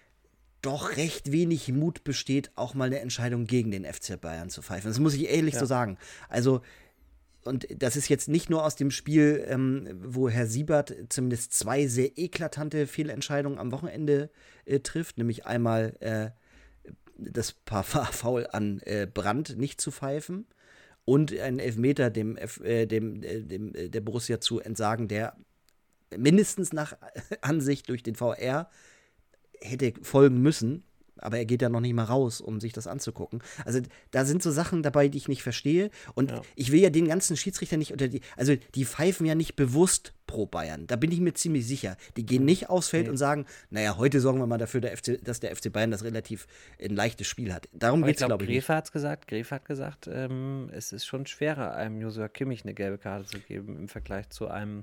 doch recht wenig Mut besteht, auch mal eine Entscheidung gegen den F C Bayern zu pfeifen. Das muss ich ehrlich ja. so sagen. Also, und das ist jetzt nicht nur aus dem Spiel, ähm, wo Herr Siebert zumindest zwei sehr eklatante Fehlentscheidungen am Wochenende äh, trifft, nämlich einmal äh, das Foul an äh, Brandt nicht zu pfeifen und einen Elfmeter dem, äh, dem, äh, dem äh, der Borussia zu entsagen, der mindestens nach Ansicht durch den V R hätte folgen müssen, aber er geht ja noch nicht mal raus, um sich das anzugucken. Also da sind so Sachen dabei, die ich nicht verstehe, und ja. ich will ja den ganzen Schiedsrichter nicht unter die, also die pfeifen ja nicht bewusst pro Bayern, da bin ich mir ziemlich sicher. Die gehen nicht aufs Feld nee. und sagen, naja, heute sorgen wir mal dafür, der F C, dass der F C Bayern das relativ ein leichtes Spiel hat. Darum geht es, glaube ich, Gref hat's gesagt, Gref hat gesagt, ähm, es ist schon schwerer, einem Joshua Kimmich eine gelbe Karte zu geben im Vergleich zu einem,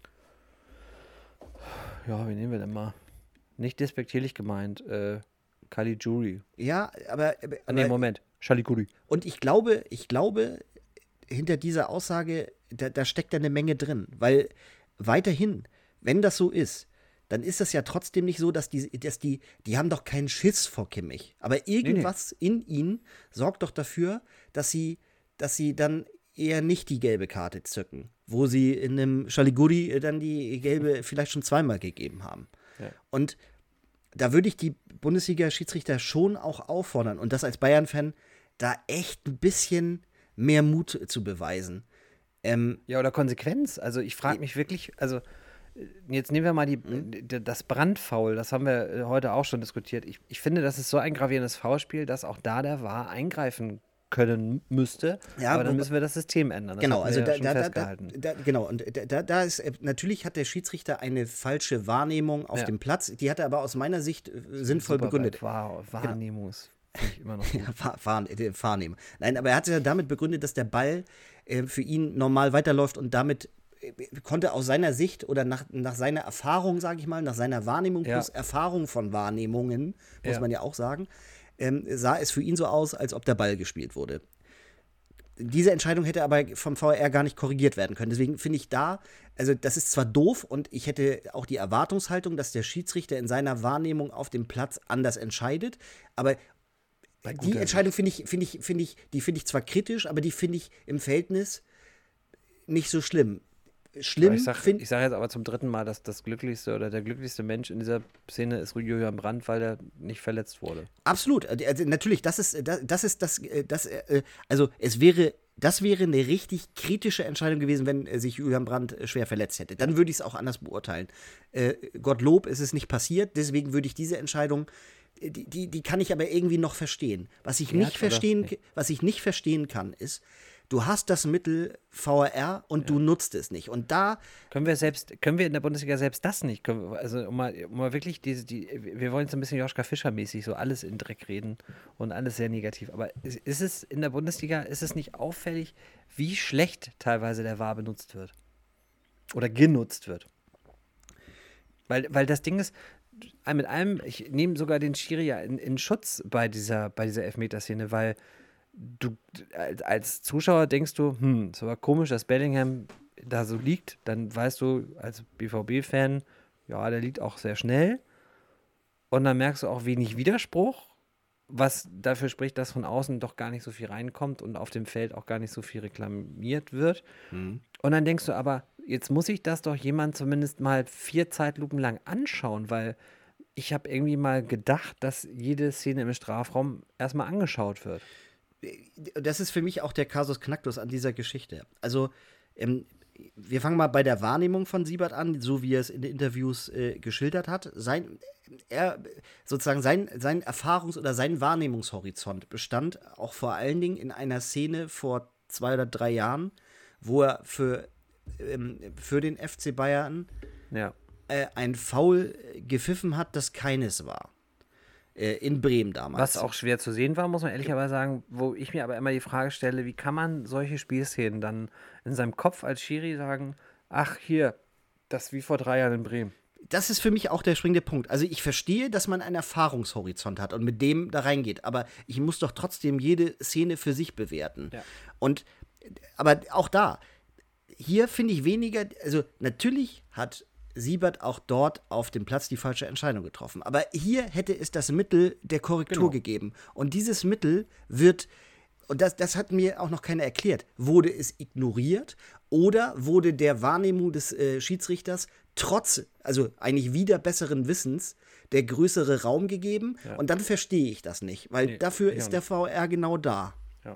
ja, wie nehmen wir denn mal? Nicht despektierlich gemeint, äh, Caligiuri. Ja, aber, aber nee, Moment, Caligiuri. Und ich glaube, ich glaube, hinter dieser Aussage, da, da steckt da eine Menge drin, weil weiterhin, wenn das so ist, dann ist das ja trotzdem nicht so, dass die, dass die, die haben doch keinen Schiss vor Kimmich. Aber irgendwas nee, nee. in ihnen sorgt doch dafür, dass sie, dass sie dann eher nicht die gelbe Karte zücken, wo sie in einem Caligiuri dann die gelbe vielleicht schon zweimal gegeben haben. Ja. Und da würde ich die Bundesliga-Schiedsrichter schon auch auffordern, und das als Bayern-Fan, da echt ein bisschen mehr Mut zu beweisen. Ähm, ja, oder Konsequenz. Also ich frage mich wirklich, also jetzt nehmen wir mal die, mhm. das Brandfoul, das haben wir heute auch schon diskutiert. Ich, ich finde, das ist so ein gravierendes Foulspiel, dass auch da der V A R eingreifen können müsste. Ja, aber dann wo- müssen wir das System ändern. Das Genau, hatten also wir da, ja schon da, da, da, festgehalten. da, genau, und da, da, da ist, äh, natürlich hat der Schiedsrichter eine falsche Wahrnehmung auf Ja. dem Platz, die hat er aber aus meiner Sicht äh, sinnvoll Super begründet. Wahr, Wahrnehmung ist finde ich immer noch gut. Ja, fahr, fahren, äh, Fahrnehmen. Nein, aber er hat ja damit begründet, dass der Ball äh, für ihn normal weiterläuft und damit äh, konnte aus seiner Sicht oder nach, nach seiner Erfahrung, sage ich mal, nach seiner Wahrnehmung Ja. plus Erfahrung von Wahrnehmungen, muss Ja. man ja auch sagen, ähm, sah es für ihn so aus, als ob der Ball gespielt wurde. Diese Entscheidung hätte aber vom V A R gar nicht korrigiert werden können. Deswegen finde ich da, also das ist zwar doof und ich hätte auch die Erwartungshaltung, dass der Schiedsrichter in seiner Wahrnehmung auf dem Platz anders entscheidet, aber Bei die guter Entscheidung finde ich, finde ich, finde ich, die finde ich zwar kritisch, aber die finde ich im Verhältnis nicht so schlimm. Aber Schlimm ich sage finde sag jetzt aber zum dritten Mal, dass das glücklichste oder der glücklichste Mensch in dieser Szene ist Julian Brandt, weil er nicht verletzt wurde. absolut. Also natürlich, das ist, das, das ist das, äh, das, äh, also es wäre, das wäre eine richtig kritische Entscheidung gewesen, wenn äh, sich Julian Brandt äh, schwer verletzt hätte. Dann würde ich es auch anders beurteilen. Äh, Gottlob ist es nicht passiert, deswegen würde ich diese Entscheidung, äh, die, die, die kann ich aber irgendwie noch verstehen. Was ich Wert nicht oder verstehen, nicht? was ich nicht verstehen kann, ist, du hast das Mittel V A R und du nutzt es nicht. Und da Können wir selbst, können wir in der Bundesliga selbst das nicht? Können wir, also um mal, um mal wirklich diese, die, wir wollen jetzt ein bisschen Joschka Fischer-mäßig so alles in Dreck reden und alles sehr negativ. Aber ist, ist es in der Bundesliga, ist es nicht auffällig, wie schlecht teilweise der V A R benutzt wird? Oder genutzt wird? Weil, weil das Ding ist, mit allem, ich nehme sogar den Schiri ja in, in Schutz bei dieser, bei dieser Elfmeterszene, weil du als, als Zuschauer denkst du, hm, ist aber komisch, dass Bellingham da so liegt. Dann weißt du als B V B-Fan, ja, der liegt auch sehr schnell. Und dann merkst du auch wenig Widerspruch, was dafür spricht, dass von außen doch gar nicht so viel reinkommt und auf dem Feld auch gar nicht so viel reklamiert wird. Und dann denkst du aber, jetzt muss ich das doch jemand zumindest mal vier Zeitlupen lang anschauen, weil ich habe irgendwie mal gedacht, dass jede Szene im Strafraum erstmal angeschaut wird. das ist für mich auch der Kasus Knacktus an dieser Geschichte. Also, ähm, wir fangen mal bei der Wahrnehmung von Siebert an, so wie er es in den Interviews äh, geschildert hat. Sein, er, sozusagen sein, sein Erfahrungs- oder sein Wahrnehmungshorizont bestand auch vor allen Dingen in einer Szene vor zwei oder drei Jahren, wo er für, ähm, für den F C Bayern Ja. äh, ein Foul gepfiffen hat, das keines war. Äh, in Bremen damals. Was auch schwer zu sehen war, muss man ehrlicherweise sagen, wo ich mir aber immer die Frage stelle, wie kann man solche Spielszenen dann in seinem Kopf als Schiri sagen, ach hier, das ist wie vor drei Jahren in Bremen. Das ist für mich auch der springende Punkt. Also ich verstehe, dass man einen Erfahrungshorizont hat und mit dem da reingeht, aber ich muss doch trotzdem jede Szene für sich bewerten. Ja. Und aber auch da, hier finde ich weniger, also natürlich hat Siebert auch dort auf dem Platz die falsche Entscheidung getroffen. Aber hier hätte es das Mittel der Korrektur Genau. gegeben. Und dieses Mittel wird, und das, das hat mir auch noch keiner erklärt, wurde es ignoriert oder wurde der Wahrnehmung des äh, Schiedsrichters trotz, also eigentlich wieder besseren Wissens, der größere Raum gegeben? Ja. Und dann verstehe ich das nicht, weil Nee, dafür ich ist auch der V R genau da. Ja.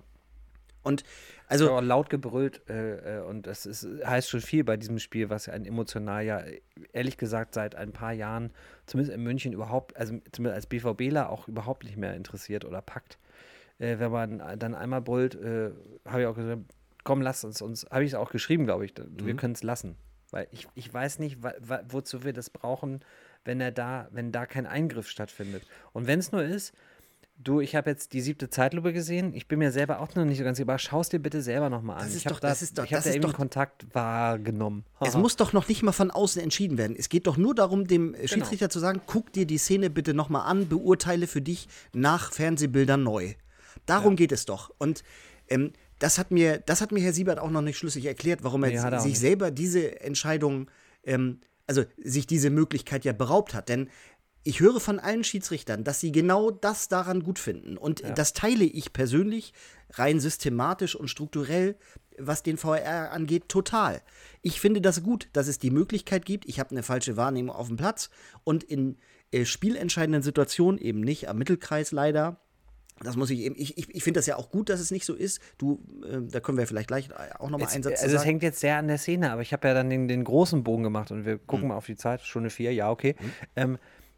Und also. Aber laut gebrüllt äh, äh, und das ist, heißt schon viel bei diesem Spiel, was ja ein emotional ja, ehrlich gesagt, seit ein paar Jahren, zumindest in München überhaupt, also zumindest als BVBler auch überhaupt nicht mehr interessiert oder packt. Äh, wenn man dann einmal brüllt, äh, habe ich auch gesagt, komm, lass uns uns, habe ich es auch geschrieben, glaube ich, wir Mhm. können es lassen. Weil ich, ich weiß nicht, wa, wa, wozu wir das brauchen, wenn er da, wenn da kein Eingriff stattfindet. Und wenn es nur ist, du, ich habe jetzt die siebte Zeitlupe gesehen. Ich bin mir selber auch noch nicht so ganz sicher, aber schau es dir bitte selber nochmal an. Das ist ich habe doch- da, das ist doch- ich hab das da ist irgendwie doch- Kontakt wahrgenommen. Es Haha. muss doch noch nicht mal von außen entschieden werden. Es geht doch nur darum, dem äh, Schiedsrichter zu sagen, guck dir die Szene bitte nochmal an, beurteile für dich nach Fernsehbildern neu. Darum Ja. geht es doch. Und ähm, das, hat mir, das hat mir Herr Siebert auch noch nicht schlüssig erklärt, warum er Nee, hat er auch sich nicht. selber diese Entscheidung, ähm, also sich diese Möglichkeit ja beraubt hat. Denn ich höre von allen Schiedsrichtern, dass sie genau das daran gut finden. Und Ja. das teile ich persönlich rein systematisch und strukturell, was den V R angeht, total. Ich finde das gut, dass es die Möglichkeit gibt, ich habe eine falsche Wahrnehmung auf dem Platz und in äh, spielentscheidenden Situationen eben nicht, am Mittelkreis leider. Das muss ich eben, ich, ich, ich finde das ja auch gut, dass es nicht so ist. Du, äh, da können wir vielleicht gleich auch nochmal Es, einen Satz zu also es sagen. hängt jetzt sehr an der Szene, aber ich habe ja dann den, den großen Bogen gemacht und wir Hm. gucken mal auf die Zeit, Stunde vier, ja, okay. Ähm,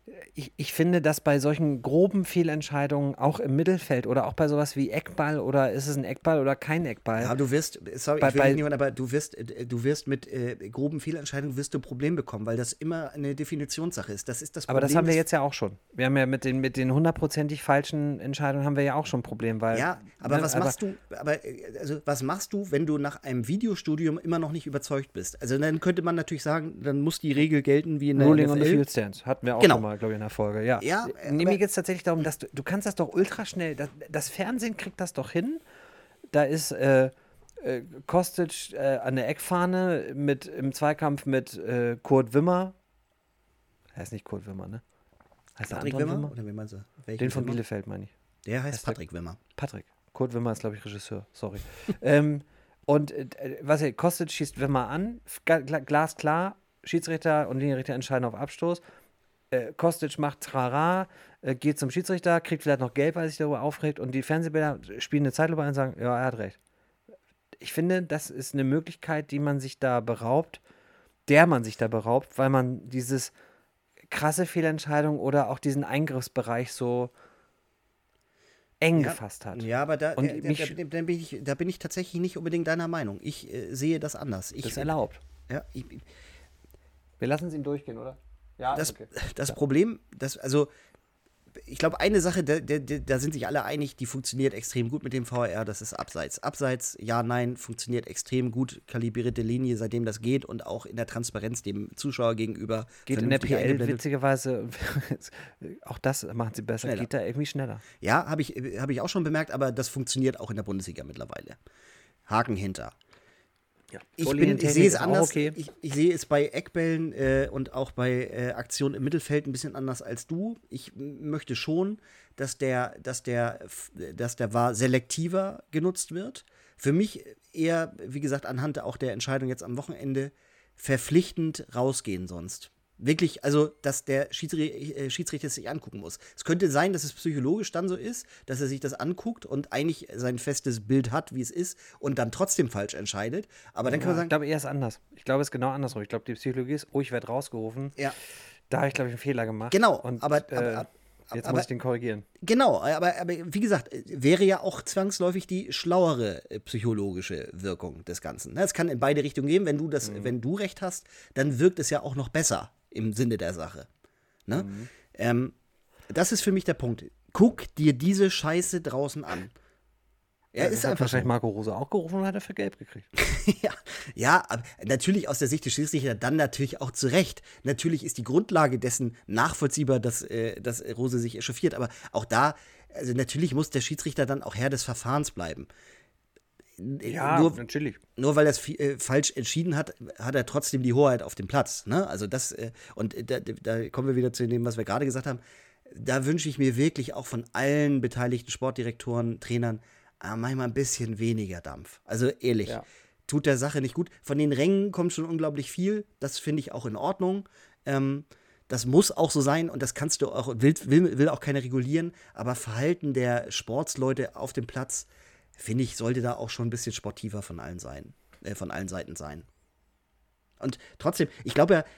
Ich, ich finde, dass bei solchen groben Fehlentscheidungen auch im Mittelfeld oder auch bei sowas wie Eckball oder ist es ein Eckball oder kein Eckball. Ja, du wirst, sorry, Bei- ich will bei- dich nicht, aber du wirst, äh, du wirst mit äh, groben Fehlentscheidungen wirst du ein Problem bekommen, weil das immer eine Definitionssache ist. Das ist das Problem. Aber das haben wir des- jetzt ja auch schon. Wir haben ja mit den, mit den hundertprozentig falschen Entscheidungen haben wir ja auch schon ein Problem, weil. Ja, aber ne, was machst du, aber äh, also was machst du, wenn du nach einem Videostudium immer noch nicht überzeugt bist? Also dann könnte man natürlich sagen, dann muss die Regel gelten wie in der Ruling N on F the L. Field Stance. Hatten wir auch Genau. schon mal, glaube ich, in der Folge. Ja. Ja, Nee, aber- mir geht es tatsächlich darum, dass du, du kannst das doch ultra schnell. Das, das Fernsehen kriegt das doch hin. Da ist äh, äh, Kostic äh, an der Eckfahne mit, im Zweikampf mit äh, Kurt Wimmer. Heißt nicht Kurt Wimmer, ne? Heißt der Patrick Anton Wimmer? Wimmer? Oder wie meinst du? Welchen Den von Wimmer? Bielefeld, meine ich. Der heißt Heißt der- Patrick Wimmer. Patrick. Kurt Wimmer ist, glaube ich, Regisseur. Sorry. ähm, und äh, was ihr, Kostic schießt Wimmer an, Ga- gla- glasklar, Schiedsrichter und Linienrichter entscheiden auf Abstoß. Äh, Kostic macht Trara, äh, geht zum Schiedsrichter, kriegt vielleicht noch Gelb, weil er sich darüber aufregt und die Fernsehbilder spielen eine Zeitlupe ein und sagen, ja, er hat recht. Ich finde, das ist eine Möglichkeit, die man sich da beraubt, der man sich da beraubt, weil man dieses krasse Fehlentscheidung oder auch diesen Eingriffsbereich so eng Ja, gefasst hat. Ja, aber da, Und da, da, mich- da, da, bin ich, da bin ich tatsächlich nicht unbedingt deiner Meinung. Ich äh, sehe das anders. Ich, Das ist erlaubt. Ja, ich, Wir lassen es ihm durchgehen, oder? Ja, das, okay. das Problem, das, also ich glaube, eine Sache, da, da, da sind sich alle einig, die funktioniert extrem gut mit dem V A R, das ist Abseits. Abseits, ja, nein, funktioniert extrem gut, kalibrierte Linie, seitdem das geht und auch in der Transparenz dem Zuschauer gegenüber. Geht in der vernünftig P L eingeblendet. witzigerweise, auch das machen sie besser, Schneller. geht da irgendwie schneller. Ja, habe ich, hab ich auch schon bemerkt, aber das funktioniert auch in der Bundesliga mittlerweile. Haken hinter. Ja. Ich, bin, ich sehe es anders. Ich, ich sehe es bei Eckbällen äh, und auch bei äh, Aktionen im Mittelfeld ein bisschen anders als du. Ich m- möchte schon, dass der, dass der, f- dass der V A R selektiver genutzt wird. Für mich eher, wie gesagt, anhand auch der Entscheidung jetzt am Wochenende verpflichtend rausgehen sonst. Wirklich, also, dass der Schiedsri- äh, Schiedsrichter es sich angucken muss. Es könnte sein, dass es psychologisch dann so ist, dass er sich das anguckt und eigentlich sein festes Bild hat, wie es ist, und dann trotzdem falsch entscheidet. Aber dann kann man Ich sagen, glaube, eher ist anders. Ich glaube, es ist genau andersrum. Ich glaube, die Psychologie ist, oh, ich werde rausgerufen. ja, Da habe ich, glaube ich, einen Fehler gemacht. genau, Und, aber, äh, aber, aber, jetzt aber muss ich den korrigieren. genau, aber, aber wie gesagt, wäre ja auch zwangsläufig die schlauere äh, psychologische Wirkung des Ganzen. Ne, es kann in beide Richtungen gehen. Wenn du das, Mhm. wenn du recht hast, dann wirkt es ja auch noch besser im Sinne der Sache. Ne? Mhm. Ähm, das ist für mich der Punkt. Guck dir diese Scheiße draußen an. Er Ja, ist das hat einfach so. wahrscheinlich Marco Rose auch gerufen und hat er für gelb gekriegt. ja, ja, aber natürlich aus der Sicht des Schiedsrichters dann natürlich auch zu Recht. Natürlich ist die Grundlage dessen nachvollziehbar, dass, äh, dass Rose sich echauffiert. Aber auch da, also natürlich muss der Schiedsrichter dann auch Herr des Verfahrens bleiben. Ja, nur, natürlich. nur weil er es fi- äh, falsch entschieden hat, hat er trotzdem die Hoheit auf dem Platz. Ne? Also das, äh, und äh, da, da kommen wir wieder zu dem, was wir gerade gesagt haben. Da wünsche ich mir wirklich auch von allen beteiligten Sportdirektoren, Trainern, äh, manchmal ein bisschen weniger Dampf. Also ehrlich, Ja. tut der Sache nicht gut. Von den Rängen kommt schon unglaublich viel. Das finde ich auch in Ordnung. Ähm, das muss auch so sein und das kannst du auch, will, will, will auch keiner regulieren. Aber Verhalten der Sportsleute auf dem Platz, finde ich, sollte da auch schon ein bisschen sportiver von allen sein, äh, von allen Seiten sein. Und trotzdem, ich glaube ja,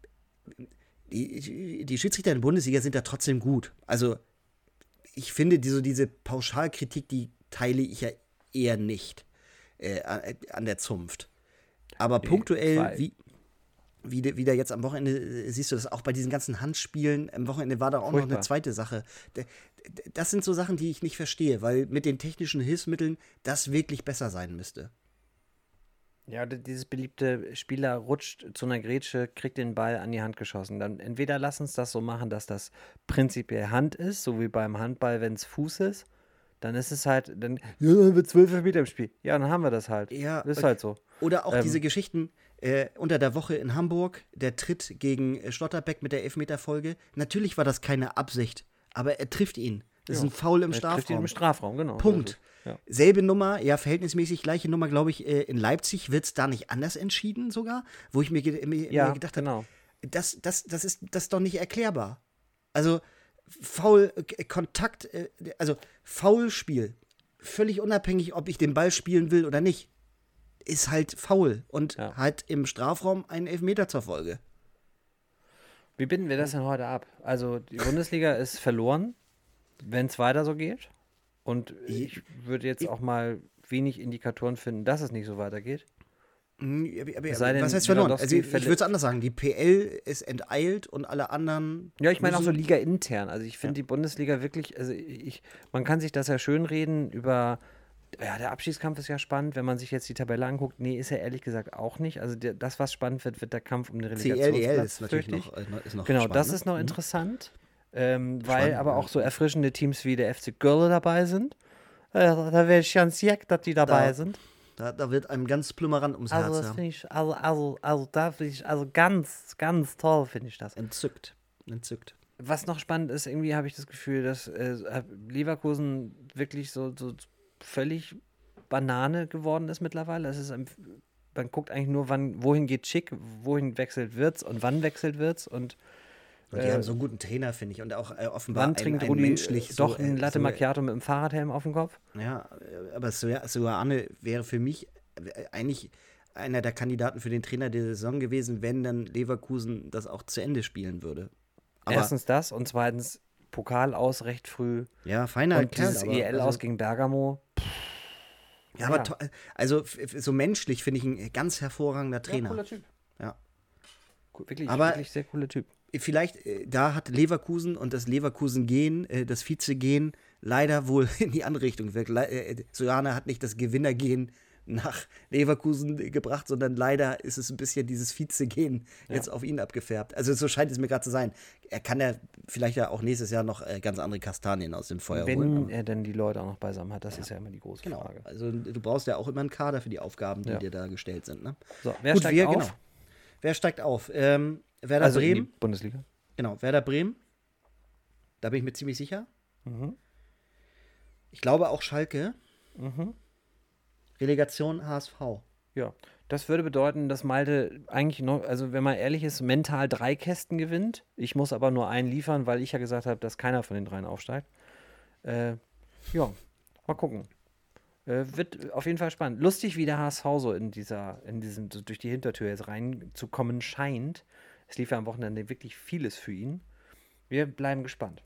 die, die Schiedsrichter in der Bundesliga sind da trotzdem gut. Also, ich finde, die, so diese Pauschalkritik, die teile ich ja eher nicht äh, an, an der Zunft. Aber Nee, punktuell, weil- wie, wie, de- wie da jetzt am Wochenende, äh, siehst du das auch bei diesen ganzen Handspielen, am Wochenende war da auch noch Furchtbar. eine zweite Sache. D- d- Das sind so Sachen, die ich nicht verstehe, weil mit den technischen Hilfsmitteln das wirklich besser sein müsste. Ja, d- dieses beliebte Spieler rutscht zu einer Grätsche, kriegt den Ball an die Hand geschossen. Dann entweder lass uns das so machen, dass das prinzipiell Hand ist, so wie beim Handball, wenn es Fuß ist. Dann ist es halt, dann, ja, dann haben wir zwölf Meter im Spiel. Ja, dann haben wir das halt. Ja, ist und- halt so. Oder auch Ähm. diese Geschichten äh, unter der Woche in Hamburg, der Tritt gegen äh, Schlotterbeck mit der Elfmeterfolge. Natürlich war das keine Absicht, aber er trifft ihn. Das ist Ja. ein Foul im Er trifft ihn Strafraum. im Strafraum, genau. Punkt. So ist es. Ja. Selbe Nummer, ja, verhältnismäßig gleiche Nummer, glaube ich, äh, in Leipzig wird es da nicht anders entschieden sogar, wo ich mir, ge mir, Ja, mir gedacht habe, genau. das, das, das, ist, das ist doch nicht erklärbar. Also, Foul, äh, Kontakt, äh, also Foulspiel, völlig unabhängig, ob ich den Ball spielen will oder nicht, ist halt faul und Ja. hat im Strafraum einen Elfmeter zur Folge. Wie binden wir das denn heute ab? Also die Bundesliga ist verloren, wenn es weiter so geht. Und ich würde jetzt auch mal wenig Indikatoren finden, dass es nicht so weitergeht. Hm, aber- aber- Es sei denn, Was heißt verloren? Also Lewandowski ich ich würde es anders sagen. Die P L ist enteilt und alle anderen. Ja, ich meine auch so müssen- Liga intern. Also ich finde Ja. die Bundesliga wirklich, also ich, man kann sich das ja schön reden über, ja, der Abstiegskampf ist ja spannend, wenn man sich jetzt die Tabelle anguckt. Nee, ist ja ehrlich gesagt auch nicht. Also der, das, was spannend wird, wird der Kampf um den C L E L Relegationsplatz. ist natürlich fürchte ich. noch, äh, noch- ist noch Genau, spannend, das ne? ist noch Mhm. interessant, ähm, weil Spannend, aber ja. auch so erfrischende Teams wie der F C Görle dabei sind. Äh, da wäre ich ganz jeck, dass die dabei Da- sind. Da, da wird einem ganz plümmerant ums Also Herz. das Ja. finde ich, also, also, also da finde ich, also ganz, ganz toll finde ich das. Entzückt. Entzückt. Was noch spannend ist, irgendwie habe ich das Gefühl, dass äh, Leverkusen wirklich so, so völlig Banane geworden ist mittlerweile. Es ist ein, man guckt eigentlich nur, wann, wohin geht Schick, wohin wechselt Wirtz und wann wechselt Wirtz und Und die Äh, haben so einen guten Trainer, finde ich. Und auch äh, offenbar wann ein, trinkt ein Rudi menschlich doch so, ein äh, Latte so, Macchiato mit einem Fahrradhelm auf dem Kopf? Ja, äh, aber Soja- Soane wäre für mich äh, eigentlich einer der Kandidaten für den Trainer der Saison gewesen, wenn dann Leverkusen das auch zu Ende spielen würde. Aber Erstens das und zweitens Pokal aus recht früh ja, feiner und Kerl, dieses aber, E L also, aus gegen Bergamo. ja, aber ja. to- also f- f- so menschlich finde ich ein ganz hervorragender Trainer. Typ. Ja. Co- Wirklich, Aber- wirklich sehr cooler Typ. Vielleicht, äh, da hat Leverkusen und das Leverkusen-Gehen, äh, das Vize-Gehen, leider wohl in die andere Richtung gewirkt. Le äh, Soane hat nicht das Gewinnergehen nach Leverkusen äh, gebracht, sondern leider ist es ein bisschen dieses Vize-Gehen Ja. jetzt auf ihn abgefärbt. Also so scheint es mir gerade zu sein. Er kann ja vielleicht ja auch nächstes Jahr noch äh, ganz andere Kastanien aus dem Feuer holen. Wenn aber- er denn die Leute auch noch beisammen hat, das ist ja immer die große Genau. Frage. Also du brauchst ja auch immer einen Kader für die Aufgaben, die Ja. dir da gestellt sind. Ne? So, wer Gut, steigt wir, auf? genau. Wer steigt auf? Ähm, Werder Also in die Bremen. Bundesliga. Genau, Werder Bremen. Da bin ich mir ziemlich sicher. Mhm. Ich glaube auch Schalke. Mhm. Relegation H S V. Ja, das würde bedeuten, dass Malte eigentlich noch, also wenn man ehrlich ist, mental drei Kästen gewinnt. Ich muss aber nur einen liefern, weil ich ja gesagt habe, dass keiner von den dreien aufsteigt. Äh, ja, mal gucken. Äh, wird auf jeden Fall spannend. Lustig, wie der H S V so in dieser, in diesem, so durch die Hintertür jetzt reinzukommen scheint. Es lief ja am Wochenende wirklich vieles für ihn. Wir bleiben gespannt.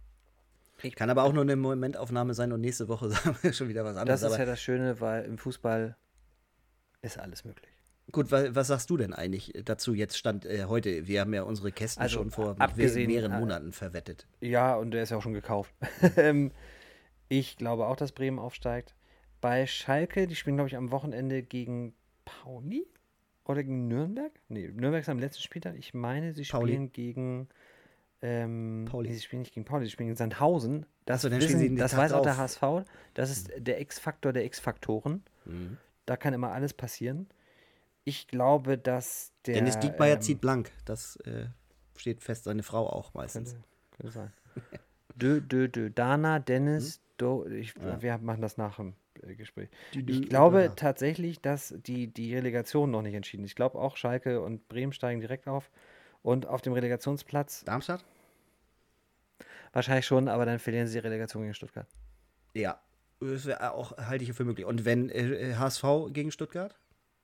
Kann aber auch nur eine Momentaufnahme sein und nächste Woche sagen wir schon wieder was anderes. Das ist aber ja das Schöne, weil im Fußball ist alles möglich. gut, wa was sagst du denn eigentlich dazu jetzt Stand äh, heute? Wir haben ja unsere Kästen Also, schon vor abgesehen, mehreren äh, Monaten verwettet. Ja, und der ist ja auch schon gekauft. Ähm, ich glaube auch, dass Bremen aufsteigt. Bei Schalke, die spielen, glaube ich, am Wochenende gegen Pauli oder gegen Nürnberg? Nee, Nürnberg ist am letzten Spieltag. Ich meine, sie Pauli. spielen gegen ähm, Pauli. Nee, sie spielen nicht gegen Pauli, sie spielen gegen Sandhausen. Das, Ach so, dann wissen, stehen sie den das Tag weiß auch der drauf. H S V. Das ist der X-Faktor der X-Faktoren. Mhm. Da kann immer alles passieren. Ich glaube, dass der. Dennis Diekmeyer ähm, zieht blank. Das äh, steht fest, seine Frau auch meistens. Könnte, könnte sein. Dö, dö, dö. Dana, Dennis, Do, ich, Ja. wir machen das nach dem äh, Gespräch. Dü, dü, Ich dü, glaube dü. tatsächlich, dass die, die Relegation noch nicht entschieden ist. Ich glaube auch, Schalke und Bremen steigen direkt auf. Und auf dem Relegationsplatz Darmstadt? wahrscheinlich schon, aber dann verlieren sie die Relegation gegen Stuttgart. Ja. Das wäre auch, halte ich für möglich. Und wenn äh, H S V gegen Stuttgart?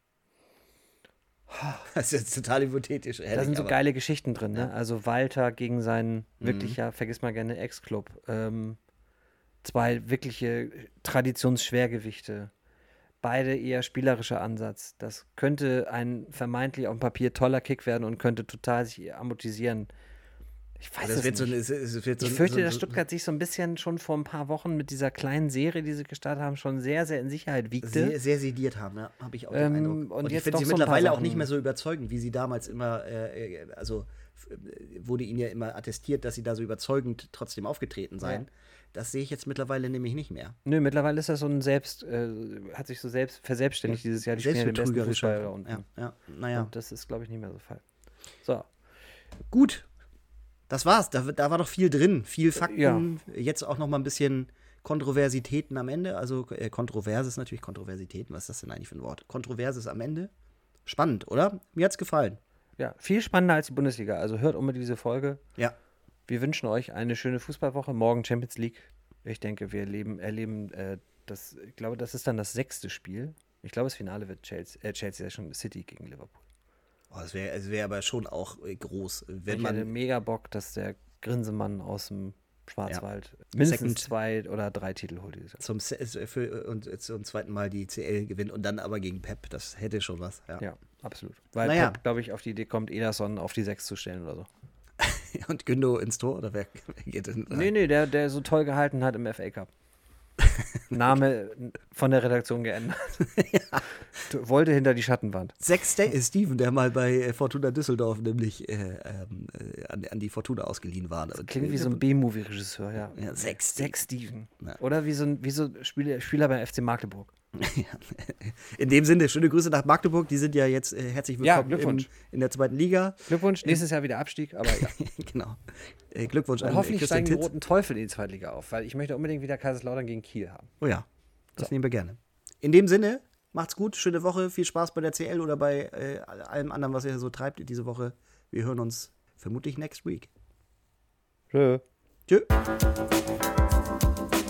Das ist jetzt total hypothetisch. Da ehrlich, sind so aber- geile Geschichten drin, ne? Ja. Also Walter gegen seinen Mhm. wirklich, ja, vergiss mal gerne, Ex-Club. Ähm, zwei wirkliche Traditionsschwergewichte. Beide eher spielerischer Ansatz. Das könnte ein vermeintlich auf dem Papier toller Kick werden und könnte total sich amortisieren. Ich weiß Das es wird so, nicht. ein- es, es wird so, Ich ein- fürchte, so, dass so, Stuttgart sich so ein bisschen schon vor ein paar Wochen mit dieser kleinen Serie, die sie gestartet haben, schon sehr, sehr in Sicherheit wiegte. sehr, sehr sediert haben, ja, habe ich auch den Ähm, Eindruck. und Und, ich jetzt finde sie doch so ein paar mittlerweile auch Sachen- nicht mehr so überzeugend, wie sie damals immer, äh, äh, also f- äh, wurde ihnen ja immer attestiert, dass sie da so überzeugend trotzdem aufgetreten seien. Das sehe ich jetzt mittlerweile nämlich nicht mehr. Nö, mittlerweile ist das so ein Selbst, äh, hat sich so selbst verselbstständigt dieses Jahr. Die spielen ja den besten Selbstbetrügerisch Fußball da einfach. unten. Ja, ja, naja. Und das ist, glaube ich, nicht mehr so der Fall. So, Gut, das war's. Da, da war doch viel drin. Viel Fakten. Ja. Jetzt auch noch mal ein bisschen Kontroversitäten am Ende. Also äh, Kontroverses natürlich, Kontroversitäten. Was ist das denn eigentlich für ein Wort? Kontroverses am Ende. Spannend, oder? Mir hat's gefallen. ja, viel spannender als die Bundesliga. Also hört unbedingt diese Folge. Ja. Wir wünschen euch eine schöne Fußballwoche. Morgen Champions League. Ich denke, wir erleben, erleben äh, das, ich glaube, das ist dann das sechste Spiel. Ich glaube, das Finale wird Chelsea, äh, Chelsea ist schon City gegen Liverpool. Oh, das wäre es wär aber schon auch äh, groß, wenn Ich man hätte mega Bock, dass der Grinsemann aus dem Schwarzwald Ja. mindestens Second. zwei oder drei Titel holt dieses Jahr. zum, Se- für, und zum zweiten Mal die C L gewinnt und dann aber gegen Pep. Das hätte schon was. Ja. Ja, absolut. Weil Naja. Pep, glaube ich, auf die Idee kommt, Ederson auf die sechs zu stellen oder so. Und Gündo ins Tor oder wer, wer geht denn rein? Nee, nee, der, der so toll gehalten hat im F A Cup. Name von der Redaktion geändert. Du- Wollte hinter die Schattenwand. Zack Sta- Steven, der mal bei äh, Fortuna Düsseldorf nämlich äh, ähm, äh, an, an die Fortuna ausgeliehen war. Und, Klingt wie äh, so ein B-Movie-Regisseur, ja. Ja, Zack Zack Steven. Ja. Oder wie so ein wie so Spieler, Spieler beim F C Magdeburg. In dem Sinne, schöne Grüße nach Magdeburg. Die sind ja jetzt äh, herzlich Ja, willkommen Glückwunsch. in, in der zweiten Liga. Glückwunsch, nächstes Jahr wieder Abstieg, aber ja. Genau. Äh, Glückwunsch Und an hoffentlich Christian steigen die Titz. Roten Teufel in die zweite Liga auf, weil ich möchte unbedingt wieder Kaiserslautern gegen Kiel haben. Oh ja, das So. nehmen wir gerne. In dem Sinne, macht's gut, schöne Woche, viel Spaß bei der C L oder bei äh, allem anderen, was ihr so treibt diese Woche. Wir hören uns vermutlich next week. Tschö. Tschö.